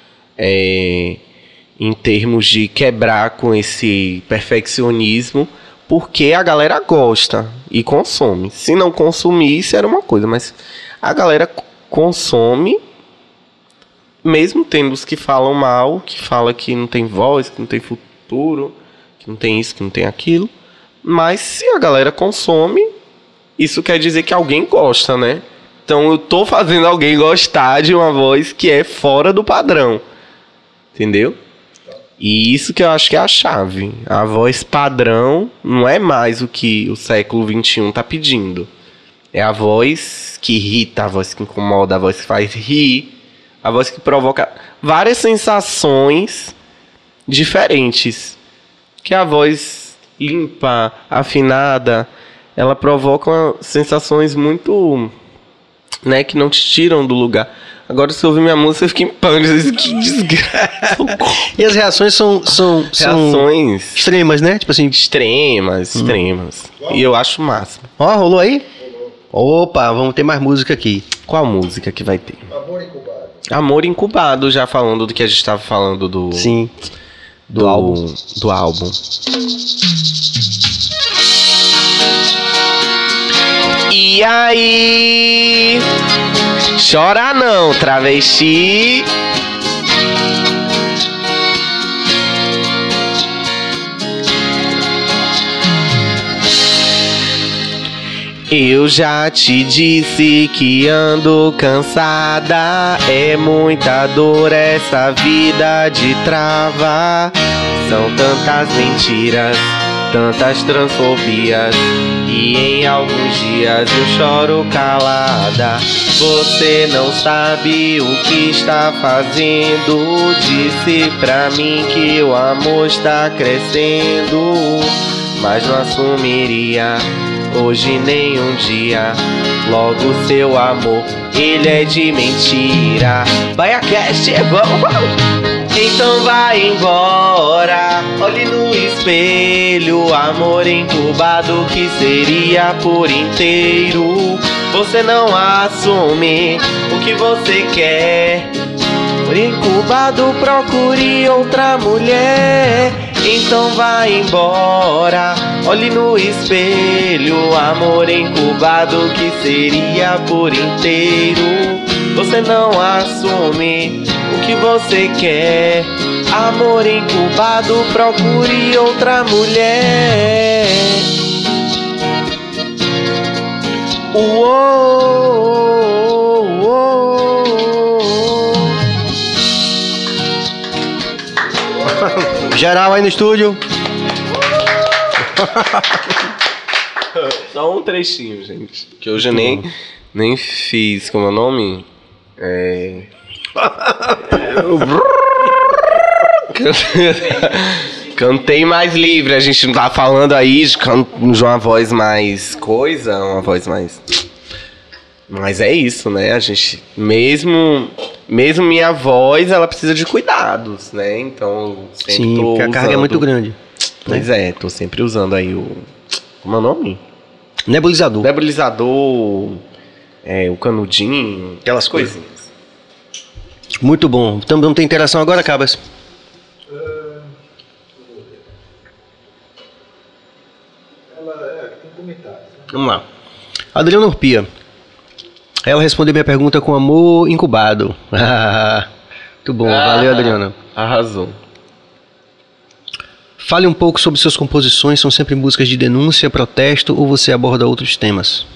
em termos de quebrar com esse perfeccionismo, porque a galera gosta e consome. Se não consumisse, era uma coisa, mas a galera consome, mesmo tendo os que falam mal, que fala que não tem voz, que não tem futuro, que não tem isso, que não tem aquilo. Mas se a galera consome, isso quer dizer que alguém gosta, né? Então eu tô fazendo alguém gostar de uma voz que é fora do padrão. Entendeu? E isso que eu acho que é a chave. A voz padrão não é mais o que o século XXI tá pedindo. É a voz que irrita, a voz que incomoda, a voz que faz rir, a voz que provoca várias sensações diferentes. Que a voz limpa, afinada, ela provoca sensações muito, né, que não te tiram do lugar. Agora, se eu ouvir minha música, eu fico em pânico. Que desgraça. E as reações são reações extremas, né? Tipo assim... Extremas. E eu acho o máximo. Ó, rolou aí? Opa, vamos ter mais música aqui. Qual música que vai ter? Amor Incubado. Amor Incubado, já falando do que a gente estava falando do... Sim. Do álbum. Do álbum. E aí... Chora não, travesti. Eu já te disse que ando cansada. É muita dor essa vida de trava. São tantas mentiras, tantas transfobias, e em alguns dias eu choro calada. Você não sabe o que está fazendo. Disse pra mim que o amor está crescendo, mas não assumiria hoje nem um dia. Logo seu amor, ele é de mentira. BaiaCast, vamos! Então vai embora, olhe no espelho. Amor incubado que seria por inteiro. Você não assume o que você quer. Por incubado procure outra mulher. Então vai embora, olhe no espelho. Amor incubado que seria por inteiro. Você não assume o que você quer. Amor incubado, procure outra mulher. Uou, uou. Geral aí no estúdio. Só um trechinho, gente. Que hoje eu nem fiz, como é o nome? Cantei mais livre. A gente não tá falando aí de uma voz mais coisa, uma voz mais... Mas é isso, né? A gente, mesmo minha voz, ela precisa de cuidados, né? Então, eu sempre Sim, porque a carga é muito grande. Pois é, tô sempre usando aí o... Como é o nome? Nebulizador. Nebulizador, o canudinho, aquelas coisinhas. Muito bom. Então vamos ter interação agora, Cabas? Tem comentários. Vamos lá. Adriana Urpia. Ela respondeu minha pergunta com amor incubado. Muito bom, valeu, Adriana. Arrasou. Fale um pouco sobre suas composições. São sempre músicas de denúncia, protesto, ou você aborda outros temas?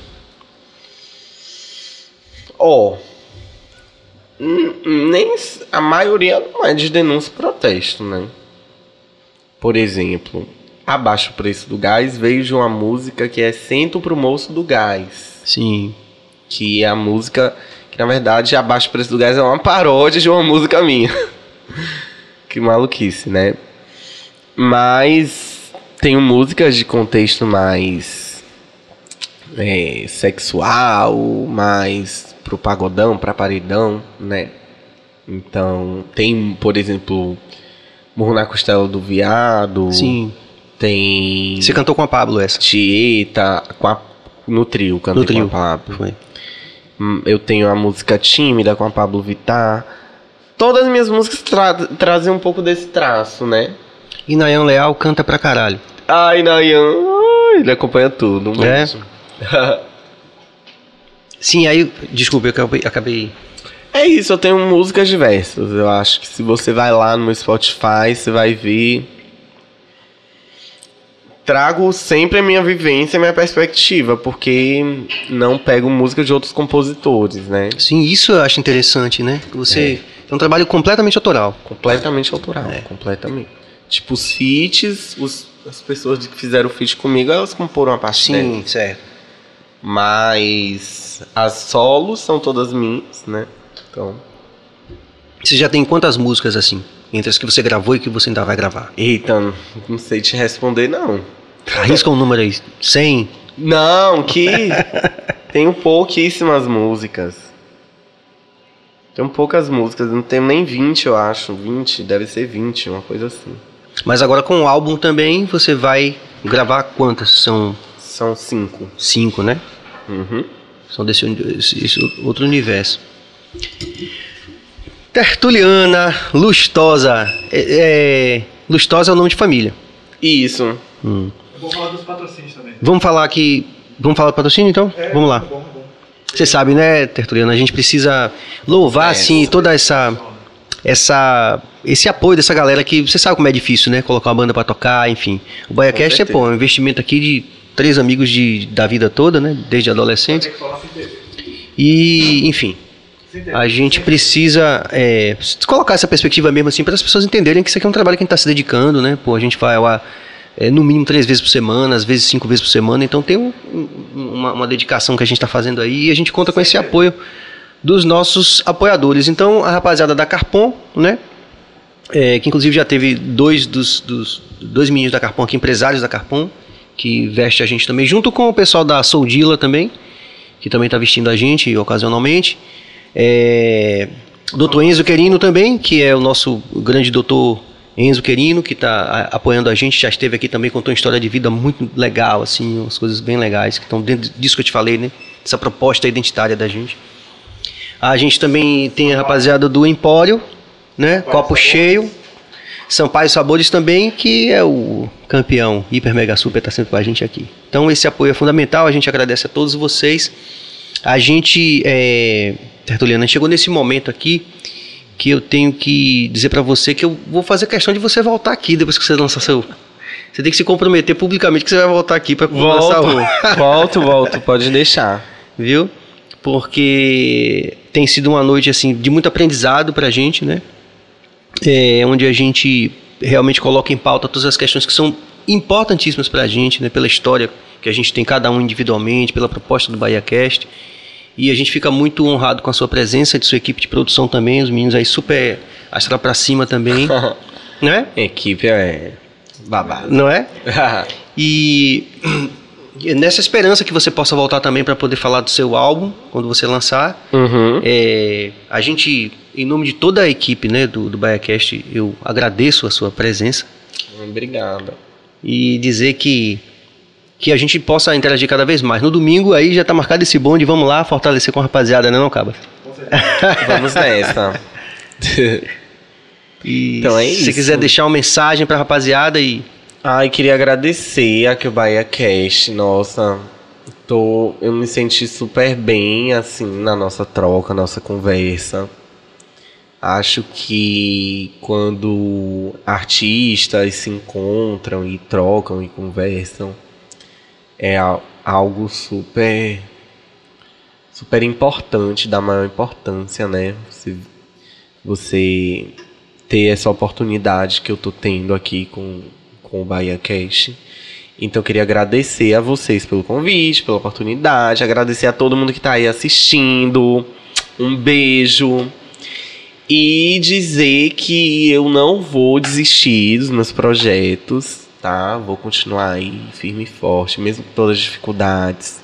Nem a maioria não é de denúncia e protesto, né? Por exemplo, Abaixo o Preço do Gás veio de uma música que é Sento pro Moço do Gás. Sim. Que é a música que, na verdade, Abaixo o Preço do Gás é uma paródia de uma música minha. Que maluquice, né? Mas tenho músicas de contexto mais sexual, mais pro pagodão, pra paredão, né? Então, tem, por exemplo, Murro na Costela do Viado. Sim. Tem... Você cantou com a Pablo essa? Tieta, no trio, cantei No trio. com a Pablo. Foi. Eu tenho a música Tímida com a Pablo Vittar. Todas as minhas músicas trazem um pouco desse traço, né? E Nayan Leal canta pra caralho. Ai, Nayan, ele acompanha tudo. Mesmo. Sim, aí... Desculpa, eu acabei... É isso, eu tenho músicas diversas. Eu acho que se você vai lá no meu Spotify, você vai ver... Trago sempre a minha vivência, a minha perspectiva, porque não pego música de outros compositores, né? Sim, isso eu acho interessante, né? Que você... É um trabalho completamente autoral. Completamente autoral, completamente. Tipo, os feats, as pessoas que fizeram o feat comigo, elas comporam a parte dela. Sim, certo. Mas as solos são todas minhas, né? Então... Você já tem quantas músicas, assim? Entre as que você gravou e que você ainda vai gravar? Eita, não sei te responder, não. Arrisca um número aí. 100? Não, que... Tenho pouquíssimas músicas. Tenho poucas músicas, não tenho nem 20, eu acho. 20, deve ser 20, uma coisa assim. Mas agora com o álbum também você vai gravar quantas? São 5. 5, né? Uhum. São desse outro universo. Tertuliana, Lustosa. Lustosa é o nome de família. Isso. Eu vou falar dos patrocínios também. Vamos falar do patrocínio, então? Vamos lá. Bom. Você sabe, né, Tertuliana? A gente precisa louvar, assim, toda esse apoio dessa galera que você sabe como é difícil, né? Colocar uma banda pra tocar, enfim. O BaiaCast é um investimento aqui de três amigos da vida toda, né? Desde adolescente. E, enfim, a gente precisa colocar essa perspectiva mesmo assim para as pessoas entenderem que isso aqui é um trabalho que a gente está se dedicando, né? Pô, a gente vai lá no mínimo 3 vezes por semana, às vezes 5 vezes por semana, então tem uma dedicação que a gente está fazendo aí e a gente conta com esse apoio dos nossos apoiadores. Então, a rapaziada da Carpon, né? Que inclusive já teve dois meninos da Carpon aqui, empresários da Carpon, que veste a gente também, junto com o pessoal da Soldila também, que também está vestindo a gente ocasionalmente. Doutor Enzo Querino também, que é o nosso grande doutor Enzo Querino, que está apoiando a gente, já esteve aqui também, contou uma história de vida muito legal, assim, umas coisas bem legais, que estão dentro disso que eu te falei, né? Essa proposta identitária da gente. A gente também tem a rapaziada do Empório, né? Copo Cheio, Sampaio Sabores também, que é o campeão hiper mega super, está sempre com a gente aqui. Então esse apoio é fundamental, a gente agradece a todos vocês. A gente, Tertuliana, chegou nesse momento aqui que eu tenho que dizer para você que eu vou fazer questão de você voltar aqui depois que você lançar seu... Você tem que se comprometer publicamente que você vai voltar aqui para lançar o... Volto, pode deixar. Viu? Porque tem sido uma noite assim de muito aprendizado pra gente, né? Onde a gente realmente coloca em pauta todas as questões que são importantíssimas pra gente, né? Pela história que a gente tem cada um individualmente, pela proposta do BahiaCast. E a gente fica muito honrado com a sua presença, de sua equipe de produção também, os meninos aí super astral pra cima também, não é? A equipe é babada. Não é? E nessa esperança que você possa voltar também para poder falar do seu álbum, quando você lançar. Uhum. A gente, em nome de toda a equipe, né, do BahiaCast, eu agradeço a sua presença. Obrigado. E dizer que a gente possa interagir cada vez mais. No domingo aí já tá marcado esse bonde, vamos lá fortalecer com a rapaziada, né, não, Cabas? Vamos nessa. E então é se isso. você quiser deixar uma mensagem pra rapaziada e... Queria agradecer aqui o BahiaCast, nossa, eu me senti super bem, assim, na nossa troca, nossa conversa. Acho que quando artistas se encontram e trocam e conversam, é algo super importante, da maior importância, né? Você ter essa oportunidade que eu tô tendo aqui com o BahiaCast. Então eu queria agradecer a vocês pelo convite, pela oportunidade, agradecer a todo mundo que tá aí assistindo, um beijo, e dizer que eu não vou desistir dos meus projetos, tá? Vou continuar aí firme e forte, mesmo com todas as dificuldades.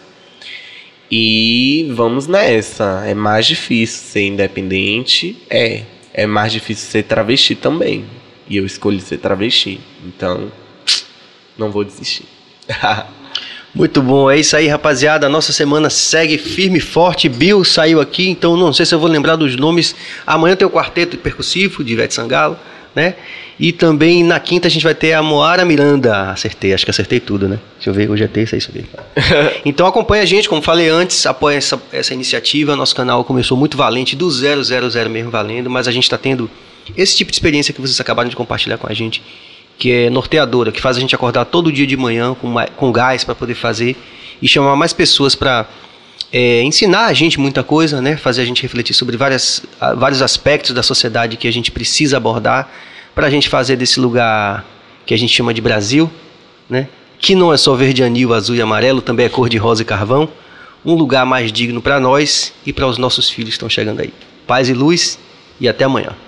E vamos nessa. É mais difícil ser independente, é mais difícil ser travesti também. E eu escolhi ser travesti. Então, não vou desistir. Muito bom, é isso aí, rapaziada. A nossa semana segue firme e forte. Bill saiu aqui, então não sei se eu vou lembrar dos nomes. Amanhã tem o quarteto percussivo de Ivete Sangalo, né? E também na quinta a gente vai ter a Moara Miranda. Acertei, acho que acertei tudo, né? Deixa eu ver, hoje é terça, é isso aí. Então acompanha a gente, como falei antes, apoia essa iniciativa. Nosso canal começou muito valente, do 000 mesmo valendo, mas a gente está tendo esse tipo de experiência que vocês acabaram de compartilhar com a gente, que é norteadora, que faz a gente acordar todo dia de manhã com gás para poder fazer e chamar mais pessoas para ensinar a gente muita coisa, né? Fazer a gente refletir sobre vários aspectos da sociedade que a gente precisa abordar para a gente fazer desse lugar que a gente chama de Brasil, né? Que não é só verde, anil, azul e amarelo, também é cor de rosa e carvão, um lugar mais digno para nós e para os nossos filhos que estão chegando aí. Paz e luz e até amanhã.